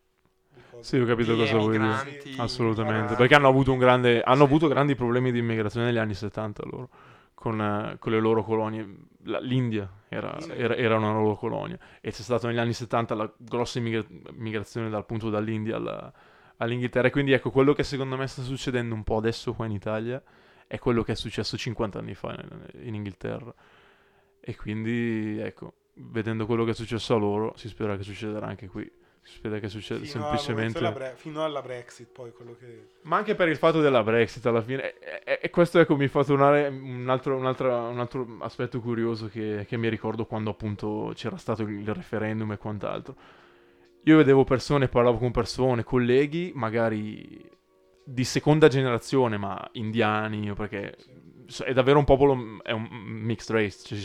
Sì, ho capito di cosa vuoi dire. emigranti. Assolutamente, perché hanno avuto grandi problemi di immigrazione negli anni 70 loro, con le loro colonie. L'India era una loro colonia, e c'è stata negli anni 70 la grossa immigrazione dall'India all'Inghilterra, e quindi ecco, quello che secondo me sta succedendo un po' adesso qua in Italia è quello che è successo 50 anni fa in Inghilterra, e quindi ecco, vedendo quello che è successo a loro, si spera che succederà anche qui. Si spera che succeda semplicemente... Fino alla Brexit, poi quello che... Ma anche per il fatto della Brexit alla fine, e questo ecco mi fa tornare un altro aspetto curioso che mi ricordo quando appunto c'era stato il referendum e quant'altro. Io vedevo parlavo con persone, colleghi magari di seconda generazione, ma indiani, perché è davvero un popolo, è un mixed race, cioè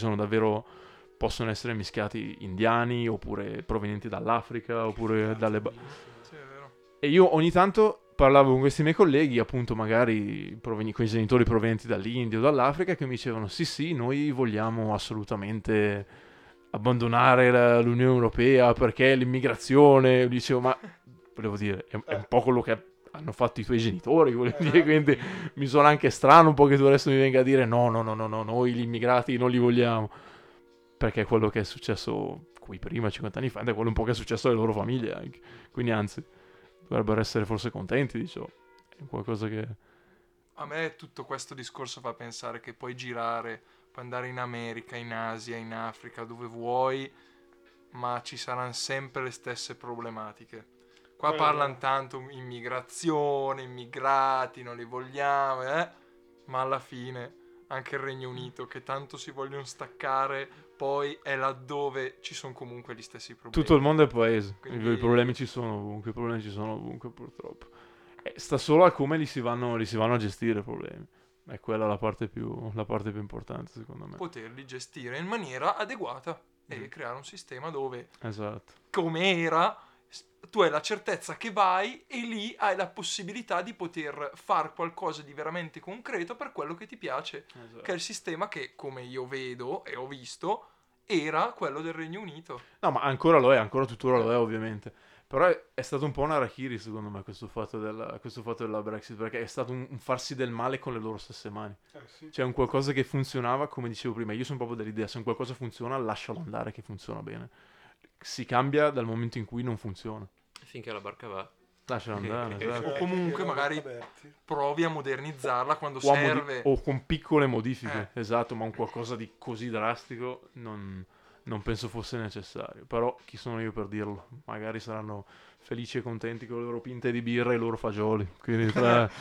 possono essere mischiati indiani oppure provenienti dall'Africa oppure dalle... Sì, è vero. E io ogni tanto parlavo con questi miei colleghi, appunto magari con i genitori provenienti dall'India o dall'Africa, che mi dicevano sì, noi vogliamo assolutamente abbandonare l'Unione Europea perché l'immigrazione. Dicevo, ma volevo dire, è un po' quello che hanno fatto i tuoi genitori, volevo dire, quindi mi suona anche strano un po' che tu adesso mi venga a dire no, noi gli immigrati non li vogliamo, perché è quello che è successo qui prima, 50 anni fa, ed è quello un po' che è successo alle loro famiglie anche, quindi anzi dovrebbero essere forse contenti, dicevo, è qualcosa che... A me tutto questo discorso fa pensare che puoi girare, puoi andare in America, in Asia, in Africa, dove vuoi, ma ci saranno sempre le stesse problematiche. Qua parlano tanto immigrazione, immigrati, non li vogliamo, ma alla fine anche il Regno Unito, che tanto si vogliono staccare, poi è laddove ci sono comunque gli stessi problemi. Tutto il mondo è paese, Quindi- i problemi ci sono ovunque, purtroppo. Sta solo a come li si vanno a gestire i problemi. È quella la parte più importante, secondo me. Poterli gestire in maniera adeguata e creare un sistema dove, Esatto. come era, tu hai la certezza che vai e lì hai la possibilità di poter fare qualcosa di veramente concreto per quello che ti piace, che è il sistema che, come io vedo e ho visto, era quello del Regno Unito. No, ma ancora lo è, ancora tuttora lo è, ovviamente. Però è stato un po' un arachiri, secondo me, questo fatto della Brexit, perché è stato un farsi del male con le loro stesse mani. Sì. Cioè un qualcosa che funzionava, come dicevo prima, io sono proprio dell'idea, se un qualcosa funziona, lascialo andare che funziona bene. Si cambia dal momento in cui non funziona. Finché la barca va. Lascialo andare, esatto. O comunque magari provi a modernizzarla quando O, serve. o con piccole modifiche, esatto, ma un qualcosa di così drastico non penso fosse necessario. Però chi sono io per dirlo? Magari saranno felici e contenti con le loro pinte di birra e i loro fagioli. Quindi tra...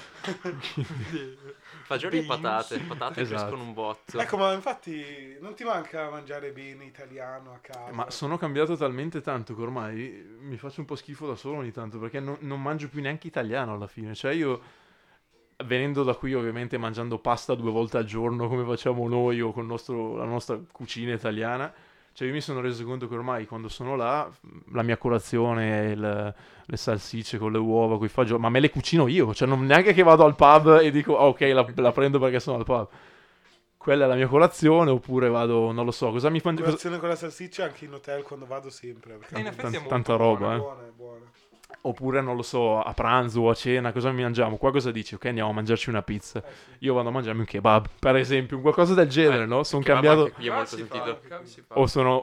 Fagioli e Beans. patate Esatto. crescono un botto. Ecco, ma infatti non ti manca mangiare bene italiano a casa? Ma sono cambiato talmente tanto che ormai mi faccio un po' schifo da solo ogni tanto, perché non mangio più neanche italiano alla fine. Cioè io, venendo da qui ovviamente mangiando pasta 2 volte al giorno come facciamo noi o con la nostra cucina italiana, cioè io mi sono reso conto che ormai quando sono là la mia colazione è le salsicce con le uova, con i fagioli, ma me le cucino io, cioè non neanche che vado al pub e dico ok la prendo perché sono al pub. Quella è la mia colazione, oppure vado, non lo so, cosa mi fanno... Colazione con la salsiccia anche in hotel quando vado sempre. Perché E in effetti è molto tanta roba, buona, è buona. Oppure, non lo so, a pranzo o a cena, cosa mangiamo? Qua cosa dici? Ok, andiamo a mangiarci una pizza. Sì. Io vado a mangiarmi un kebab, per esempio, un qualcosa del genere, no? Sono Kebab cambiato... anche qui è molto si fa, sentito. si fa. O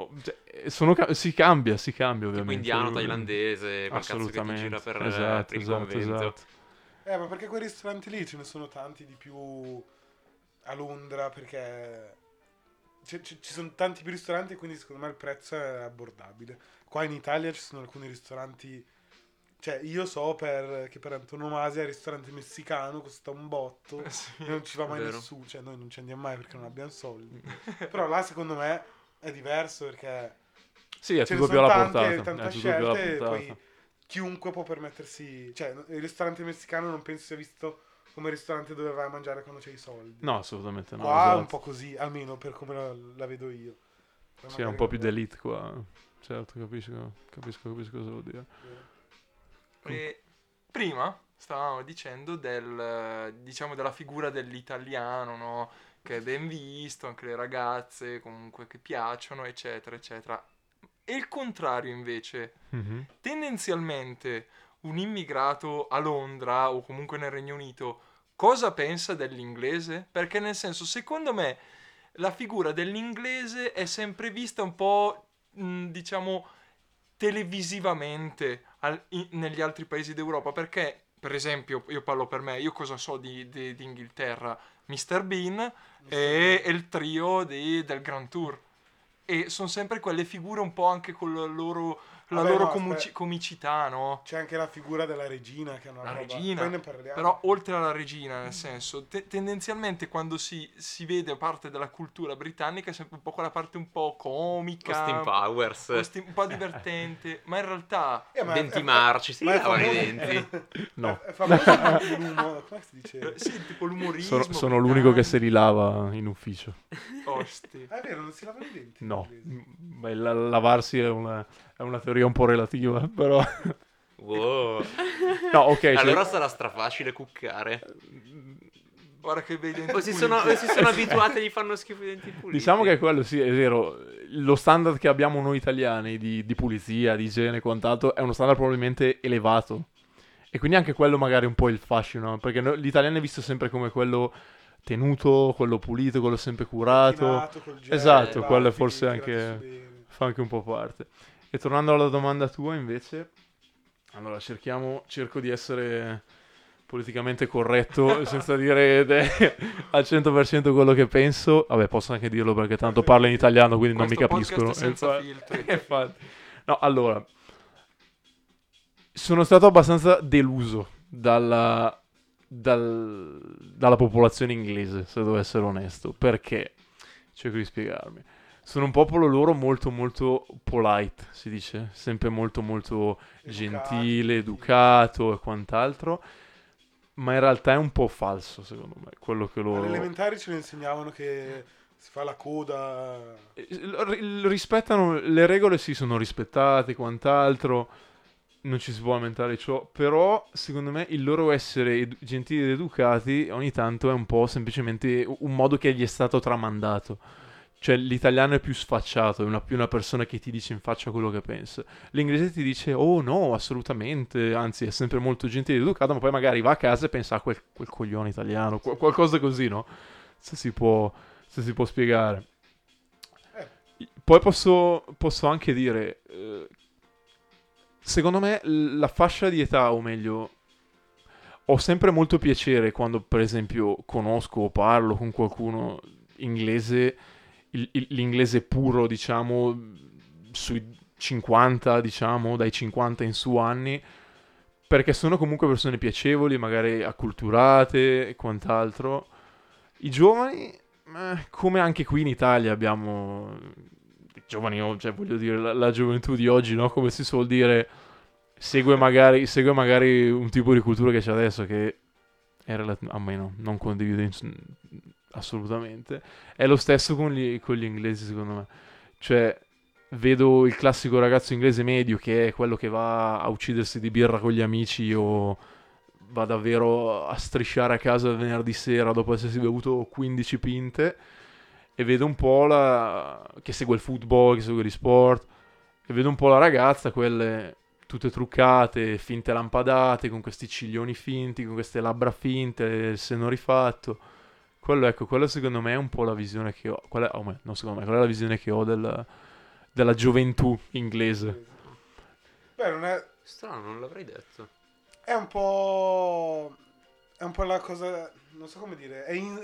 si cambia ovviamente. Tipo indiano, thailandese, quel cazzo che ti Assolutamente. gira per Esatto, il convento. esatto. Ma perché quei ristoranti lì ce ne sono tanti di più a Londra, perché ci sono tanti più ristoranti e quindi secondo me il prezzo è abbordabile. Qua in Italia ci sono alcuni ristoranti, cioè io so che per antonomasia il ristorante messicano costa un botto, Sì. non ci va mai vero. nessuno, cioè noi non ci andiamo mai perché non abbiamo soldi. Però là secondo me è diverso perché Sì, è ce ne tutto più sono alla tante portata. tante È tutto più alla scelte e portata. poi chiunque può permettersi, cioè il ristorante messicano non penso sia visto come ristorante dove vai a mangiare quando c'hai i soldi. No, assolutamente no. Qua è esatto. un po' così, almeno per come la vedo io. Poi Sì, è un magari po' più non- d'elite qua. Certo, capisco cosa vuol dire. E prima stavamo dicendo diciamo della figura dell'italiano, no? Che è ben visto, anche le ragazze comunque che piacciono, eccetera, eccetera. E il contrario invece, Mhm. tendenzialmente un immigrato a Londra o comunque nel Regno Unito cosa pensa dell'inglese? Perché nel senso, secondo me, la figura dell'inglese è sempre vista un po', diciamo, televisivamente negli altri paesi d'Europa, perché, per esempio, io parlo per me, io cosa so di Inghilterra? Mr. Bean e il trio del Grand Tour. E sono sempre quelle figure un po' anche con la loro Vabbè, no, comicità, no? C'è anche la figura della regina che è una La roba. regina, Poi ne parliamo. però oltre alla regina, nel senso, tendenzialmente quando si vede parte della cultura britannica è sempre un po' quella parte un po' comica, Austin Powers, un po' divertente, ma in realtà Ma denti marci, si ma è lavano i famoso- denti. No. È famoso l'umore, come si dice? sì, tipo l'umorismo. Sono l'unico che si rilava in ufficio. Osti. È vero, non si lavano i denti. No, in inglese. beh, lavarsi è una teoria un po' relativa, però Wow. No, ok, cioè- Allora sarà strafacile cuccare. Guarda che bei denti O si puliti. sono abituati e gli fanno schifo i denti puliti. diciamo che quello sì, è vero. Lo standard che abbiamo noi italiani di pulizia, di igiene e quant'altro è uno standard probabilmente elevato. E quindi anche quello magari è un po' il fascino, perché l'italiano è visto sempre come quello tenuto, quello pulito, quello sempre curato. Pettinato col gel, Esatto, baffi, quello è forse tirati su anche bene. fa anche un po' parte. E tornando alla domanda tua invece, allora cerco di essere politicamente corretto senza dire al 100% quello che penso. Vabbè, posso anche dirlo perché tanto parlo in italiano, quindi non mi Questo podcast capiscono. è senza Infatti- filtri. infatti. No, allora, sono stato abbastanza deluso dalla popolazione inglese, se devo essere onesto, perché cerco di spiegarmi. Sono un popolo loro molto molto polite, si dice, sempre molto molto gentile, educato e quant'altro, ma in realtà è un po' falso, secondo me, quello che Alle loro elementari ce lo insegnavano che si fa la coda. rispettano le regole, sì, sono rispettate, quant'altro, non ci si può lamentare di ciò, però secondo me il loro essere gentili ed educati ogni tanto è un po' semplicemente un modo che gli è stato tramandato. Cioè l'italiano è più sfacciato, è più una persona che ti dice in faccia quello che pensa. L'inglese ti dice, oh no, assolutamente, anzi è sempre molto gentile ed educato, ma poi magari va a casa e pensa a quel coglione italiano, qualcosa così, no? Se si può spiegare. Poi posso anche dire, secondo me la fascia di età, o meglio, ho sempre molto piacere quando per esempio conosco o parlo con qualcuno inglese, l'inglese puro, diciamo, sui 50, diciamo, dai 50 in su anni, perché sono comunque persone piacevoli, magari acculturate e quant'altro. I giovani, come anche qui in Italia abbiamo i giovani, cioè voglio dire, la gioventù di oggi, no? Come si suol dire, segue magari un tipo di cultura che c'è adesso che è a me no, non condivido assolutamente. È lo stesso con gli inglesi, secondo me. Cioè, vedo il classico ragazzo inglese medio che è quello che va a uccidersi di birra con gli amici o va davvero a strisciare a casa il venerdì sera dopo essersi bevuto 15 pinte, e vedo un po' che segue il football, che segue gli sport, e vedo un po' la ragazza, quelle tutte truccate, finte lampadate, con questi ciglioni finti, con queste labbra finte, il seno rifatto. Quello secondo me è un po' la visione che ho. Non secondo me, quella è la visione che ho della gioventù inglese. Beh, non è. Strano, non l'avrei detto. È un po'. È un po' la cosa. Non so come dire.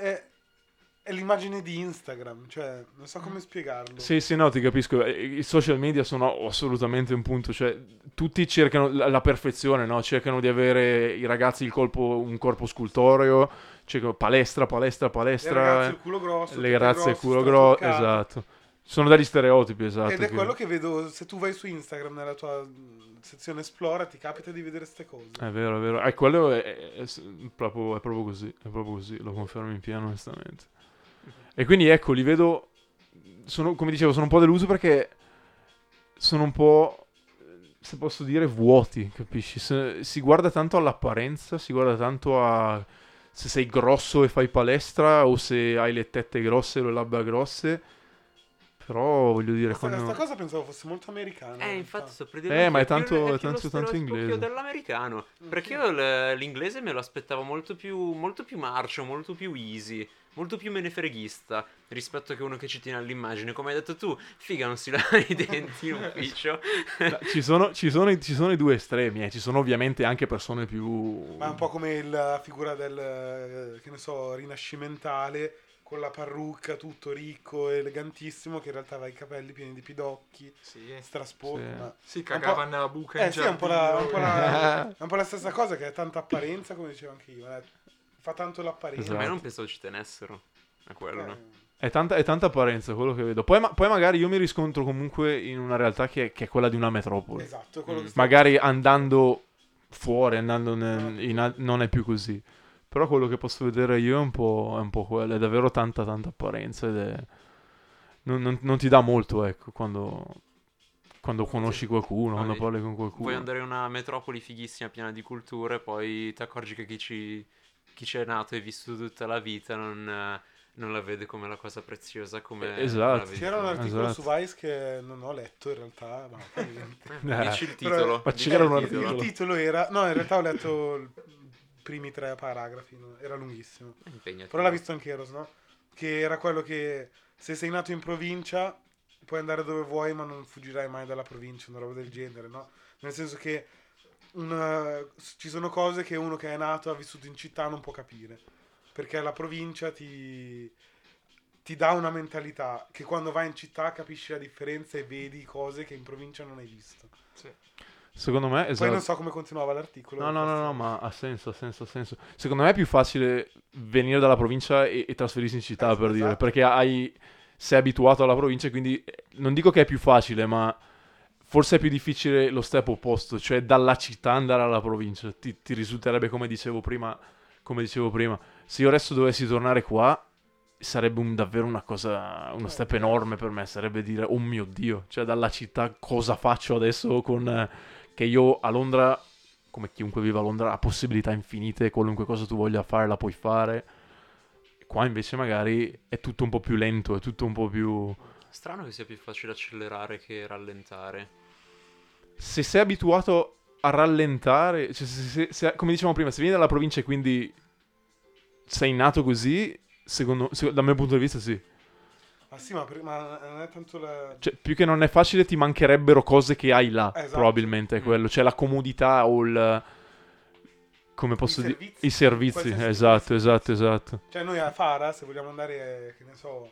È l'immagine di Instagram. Cioè, non so come spiegarlo. Sì, sì, no, ti capisco. I social media sono assolutamente un punto. Cioè, tutti cercano la perfezione, no? Cercano di avere i ragazzi un corpo scultoreo. Cercano palestra. Le ragazze il culo grosso. Le tette ragazze il grosse, culo grosso. stratuccate. Esatto. Sono degli stereotipi, esatto. Ed è quello che vedo. Se tu vai su Instagram nella tua sezione Esplora, ti capita di vedere queste cose. È vero, è vero. Quello è proprio così. È proprio così. Lo confermo in pieno, onestamente. E quindi ecco, li vedo. Come dicevo, sono un po' deluso perché sono un po', se posso dire, vuoti, capisci? Si guarda tanto all'apparenza, si guarda tanto a se sei grosso e fai palestra o se hai le tette grosse e le labbra grosse. Però voglio dire, Questa cosa pensavo fosse molto americana. Infatti sto per dire ma è più tanto lo tanto stereotipo inglese. che ho dell'americano. Perché io l'inglese me lo aspettavo molto più marcio, molto più easy, molto più menefreghista rispetto che uno che ci tiene all'immagine. Come hai detto tu, figa, non si lava i denti in ufficio. Ci sono i due estremi, ci sono ovviamente anche persone più. Ma è un po' come la figura del, che ne so, rinascimentale, con la parrucca, tutto ricco, elegantissimo, che in realtà aveva i capelli pieni di pidocchi, Sì. strasporco. Sì. Ma Si cagava nella buca in sì, è un po' giardino. è un po' la stessa cosa, che è tanta apparenza, come dicevo anche io. Fa tanto l'apparenza. Esatto. Ma io non pensavo ci tenessero a quello. No? È tanta apparenza quello che vedo. Poi magari io mi riscontro comunque in una realtà che è quella di una metropoli. Esatto, è quello che sto Magari andando fuori, non è più così. Però quello che posso vedere io è un po' quello. È davvero tanta apparenza ed è. Non ti dà molto, ecco, quando quando conosci qualcuno, quando parli con qualcuno. Vuoi andare in una metropoli fighissima piena di culture, poi ti accorgi che chi ci è nato e vissuto tutta la vita non la vede come la cosa preziosa come Esatto. la vedi C'era un tu. articolo Esatto. su Vice che non ho letto in realtà, ma fa niente. Dici il Però- titolo. Ma dici c'era il un titolo. articolo. Il titolo era... No, in realtà ho letto i primi 3 paragrafi, no? Era lunghissimo. Impegnati. Però l'ha visto anche Eros, no? Che era quello che se sei nato in provincia puoi andare dove vuoi ma non fuggirai mai dalla provincia, una roba del genere, no? Nel senso che ci sono cose che uno che è nato e ha vissuto in città non può capire. Perché la provincia ti dà una mentalità che quando vai in città capisci la differenza e vedi cose che in provincia non hai visto. Sì. Secondo me, Poi esatto. non so come continuava l'articolo. No, ma ha senso. Secondo me è più facile venire dalla provincia e trasferirsi in città, per dire, esatto. perché sei abituato alla provincia, quindi non dico che è più facile, ma forse è più difficile lo step opposto, cioè dalla città andare alla provincia. Ti risulterebbe, come dicevo prima, se io adesso dovessi tornare qua, sarebbe davvero una cosa, uno step enorme per me, sarebbe dire, oh mio Dio, cioè dalla città cosa faccio adesso con... che io a Londra, come chiunque viva a Londra, ha possibilità infinite, qualunque cosa tu voglia fare la puoi fare. Qua invece magari è tutto un po' più lento, è tutto un po' più... Strano che sia più facile accelerare che rallentare. Se sei abituato a rallentare, cioè se, come dicevamo prima, se vieni dalla provincia e quindi sei nato così, dal mio punto di vista sì. Ah sì, ma non è tanto la... Cioè, più che non è facile, ti mancherebbero cose che hai là, Esatto. probabilmente è quello. Cioè la comodità o il... come posso dire? I servizi, qualsiasi esatto. Cioè noi a Fara, se vogliamo andare, che ne so,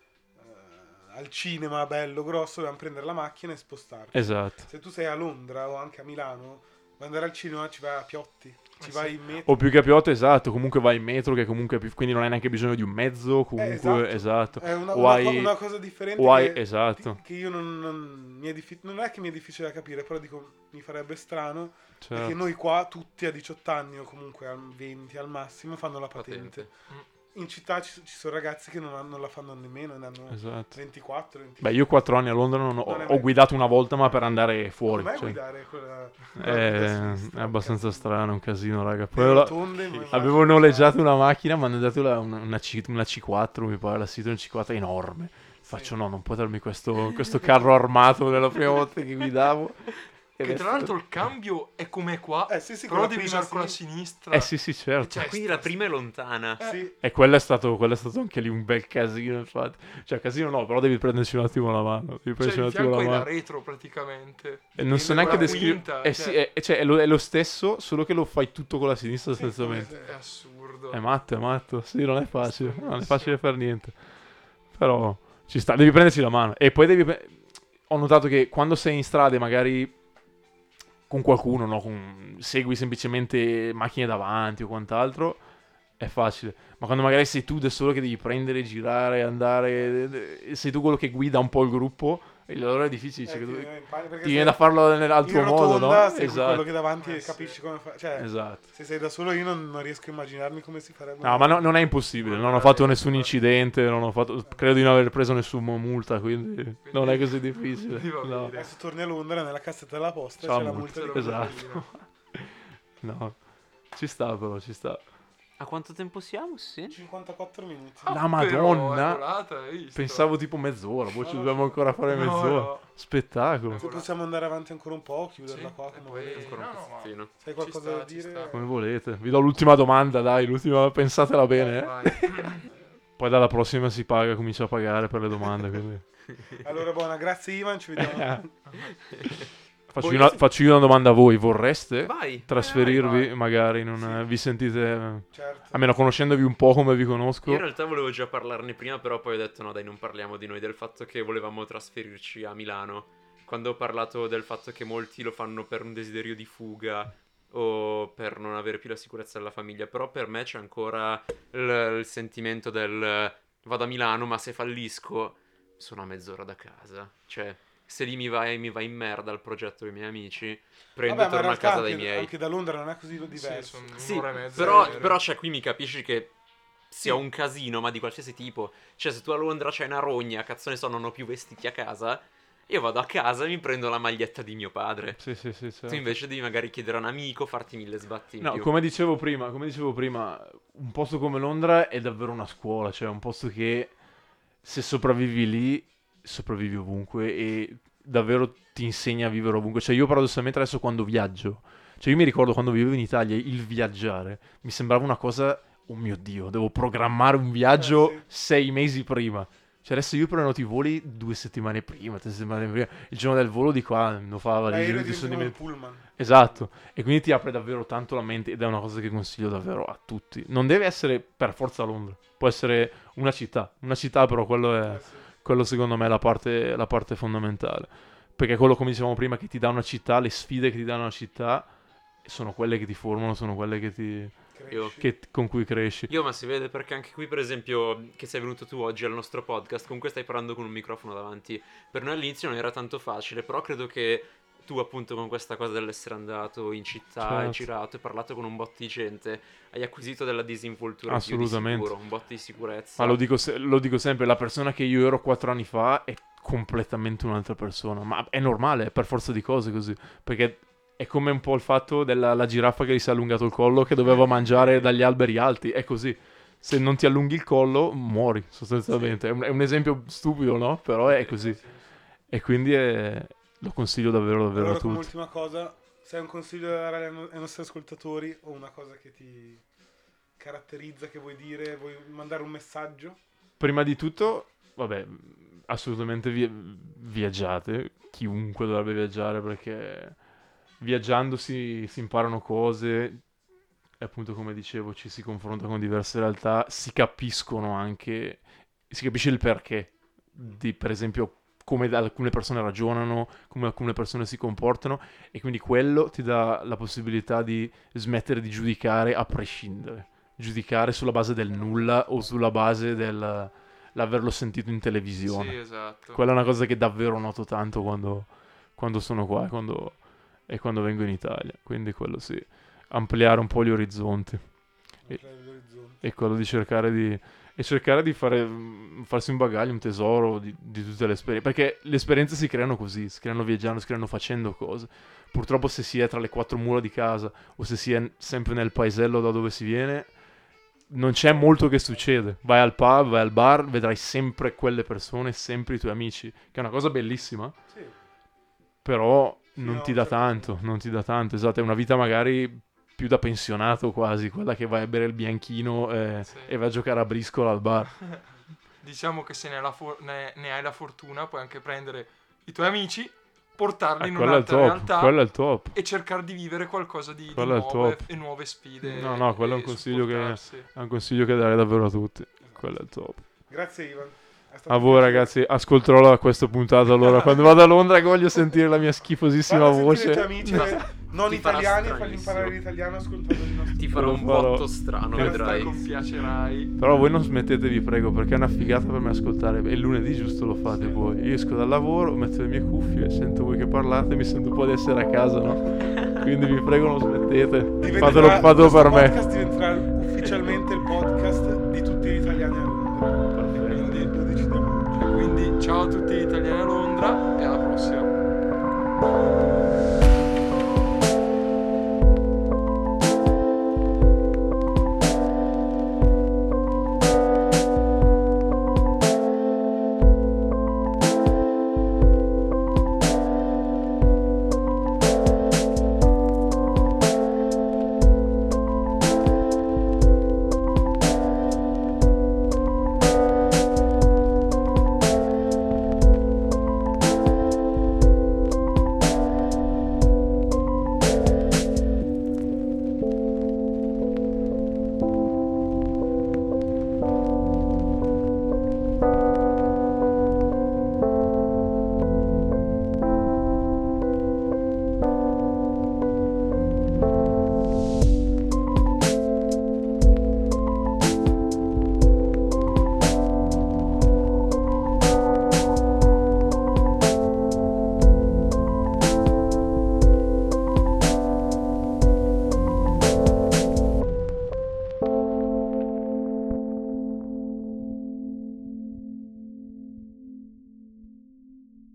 al cinema bello, grosso, dobbiamo prendere la macchina e spostarci. Esatto. Se tu sei a Londra o anche a Milano, vuoi andare al cinema, ci vai a Piotti, ci Sì. vai in metro. O più che a Piotta, esatto, comunque vai in metro, che comunque è più... quindi non hai neanche bisogno di un mezzo, comunque, esatto. È una cosa differente esatto. che io non è che mi è difficile da capire, però dico, mi farebbe strano, Certo. perché noi qua tutti a 18 anni o comunque a 20 al massimo fanno la patente. In città ci sono ragazzi che non la fanno nemmeno, ne hanno Esatto. 24, 25. Beh, io 4 anni a Londra ho guidato una volta, ma per andare fuori. Come Cioè. guidare quella È abbastanza strano, è un casino, raga. Le Poi rotonde, ma avevo immagino- noleggiato una macchina, mi hanno dato una C4, mi pare, la Citroen C4 enorme. Faccio no, non puoi darmi questo carro armato nella prima volta che guidavo. Che tra l'altro il cambio è come qua, sì, però con la devi prima usare con la sì. sinistra. Sì, certo. Cioè, Quindi la prima è lontana. Sì. E quello è stato anche lì un bel casino, infatti. Cioè, casino no, però devi prenderci un attimo la mano. Devi prenderci un il attimo fianco la è la mano. retro praticamente. E non so neanche descrivere. descrivere. Sì, è lo stesso, solo che lo fai tutto con la sinistra sostanzialmente. È assurdo. È matto. Sì, non è facile. Non è facile fare niente. Però ci sta, devi prenderci la mano. E poi ho notato che quando sei in strade, magari con qualcuno, no? Segui semplicemente macchine davanti o quant'altro, è facile. Ma quando magari sei tu da solo che devi prendere, girare, andare, sei tu quello che guida un po' il gruppo, e allora è difficile. Cioè, ti viene da farlo nell'altro modo, no? Esatto. Quello che davanti e capisci come fa. Cioè, Esatto. se sei da solo io non riesco a immaginarmi come si farebbe. No, ma non è impossibile. Non ho fatto nessun incidente. Credo di non aver preso nessuna multa. Quindi non è così difficile. No. Adesso torni a Londra nella cassetta della posta Ciao, c'è la multa. multa di Esatto. No, ci sta però, ci sta. A quanto tempo siamo? Sì. 54 minuti. La Madonna. Volata, hai visto? Pensavo tipo mezz'ora. Poi ci dobbiamo ancora fare mezz'ora. No. Spettacolo. Se possiamo andare avanti ancora un po', chiuderla Sì, qua. e come poi- volete. Ancora un No, no, pezzettino. Se hai qualcosa sta, da ci dire. sta. Come volete. Vi do l'ultima domanda, dai. Pensatela bene. Vai. Poi dalla prossima si paga, comincia a pagare per le domande. Quindi. Allora, buona, grazie Ivan, ci vediamo. Faccio io una domanda a voi. Vorreste Vai. trasferirvi vai. magari in un... Vi sentite... Certo. Almeno conoscendovi un po' come vi conosco. Io in realtà volevo già parlarne prima, però poi ho detto no dai, non parliamo di noi, del fatto che volevamo trasferirci a Milano. Quando ho parlato del fatto che molti lo fanno per un desiderio di fuga o per non avere più la sicurezza della famiglia, però per me c'è ancora il sentimento del vado a Milano, ma se fallisco sono a mezz'ora da casa. Cioè, se lì mi va in merda il progetto dei miei amici, prendo Vabbè, e ma in torno a realtà casa dai anche, miei. anche da Londra non è così diverso. Sì, sono Sì, un'ora e mezza. però cioè, qui mi capisci che sia Sì. un casino, ma di qualsiasi tipo. Cioè, se tu a Londra c'hai una rogna, cazzo ne so, non ho più vestiti a casa, Io vado a casa e mi prendo la maglietta di mio padre. Sì, certo. Tu invece devi magari chiedere a un amico, farti 1000 sbatti in No, più. come dicevo prima, un posto come Londra è davvero una scuola, cioè è un posto che se sopravvivi lì, sopravvivi ovunque e davvero ti insegna a vivere ovunque. Cioè io paradossalmente adesso quando viaggio, cioè io mi ricordo quando vivevo in Italia, il viaggiare mi sembrava una cosa, oh mio Dio, devo programmare un viaggio sì. 6 mesi prima. Cioè adesso io prenoto i voli 2 settimane prima, 3 settimane prima, il giorno del volo dico, non fa la L'aereo di diventa come un pullman. Esatto, e quindi ti apre davvero tanto la mente ed è una cosa che consiglio davvero a tutti. Non deve essere per forza Londra, può essere una città però Sì. quello secondo me è la parte fondamentale. Perché quello, come dicevamo prima, che ti dà una città, le sfide che ti dà una città sono quelle che ti formano, sono quelle Cresci. con cui cresci. Io, ma si vede perché anche qui, per esempio, che sei venuto tu oggi al nostro podcast, comunque stai parlando con un microfono davanti. Per noi all'inizio non era tanto facile, però credo che tu, appunto, con questa cosa dell'essere andato in città, Certo. hai girato e parlato con un botto di gente, hai acquisito della disinvoltura più di Assolutamente. sicuro, un botto di sicurezza. Ma lo dico sempre, la persona che io ero 4 anni fa è completamente un'altra persona. Ma è normale, è per forza di cose così. Perché è come un po' il fatto della la giraffa che gli si è allungato il collo, che doveva mangiare dagli alberi alti. È così. Se non ti allunghi il collo, muori, sostanzialmente. È un esempio stupido, no? Però è così. E quindi lo consiglio davvero, davvero Allora, a come tutti. ultima cosa, se hai un consiglio da dare ai nostri ascoltatori o una cosa che ti caratterizza, che vuoi dire, vuoi mandare un messaggio? Prima di tutto, vabbè, assolutamente viaggiate. Chiunque dovrebbe viaggiare perché viaggiando si imparano cose e appunto come dicevo ci si confronta con diverse realtà, si capisce il perché di per esempio come alcune persone ragionano, come alcune persone si comportano e quindi quello ti dà la possibilità di smettere di giudicare a prescindere, giudicare sulla base del nulla o sulla base dell'averlo sentito in televisione. Sì, esatto. Quella è una cosa che davvero noto tanto quando sono qua e quando vengo in Italia. Quindi quello sì, ampliare un po' gli orizzonti e quello di cercare di farsi un bagaglio, un tesoro di tutte le esperienze. Perché le esperienze si creano così, si creano viaggiando, si creano facendo cose. Purtroppo se si è tra le 4 mura di casa o se si è sempre nel paesello da dove si viene, non c'è molto che succede. Vai al pub, vai al bar, vedrai sempre quelle persone, sempre i tuoi amici, che è una cosa bellissima, Sì. però Fino non a ti un dà certo tanto, punto. non ti dà tanto, esatto, è una vita magari più da pensionato quasi, quella che vai a bere il bianchino Sì. e vai a giocare a briscola al bar. Diciamo che se ne hai la fortuna, puoi anche prendere i tuoi amici, portarli in Quello è il un'altra top, realtà quello è il top. e cercare di vivere qualcosa di Quello è il nuovo top. e nuove sfide. No, quello è un e consiglio supportarsi. è un consiglio che darei davvero a tutti. Quello è il top. Grazie Ivan. È stato A un voi piacere. ragazzi, ascolterò questa puntata allora quando vado a Londra che voglio sentire la mia schifosissima Vado a sentire voce. i tuoi amici non Ti farà italiani e fargli stranissimo. imparare l'italiano ascoltando i nostri. Ti farà Lo un farò. botto strano, Grazie, vedrai. Compiacerai. Però voi non smettete, vi prego, perché è una figata per me ascoltare. E il lunedì giusto lo fate voi. Io esco dal lavoro, metto le mie cuffie, sento voi che parlate, mi sento un po' di essere a casa, no? Quindi vi prego non smettete. Fatelo per Questo me. podcast diventerà ufficialmente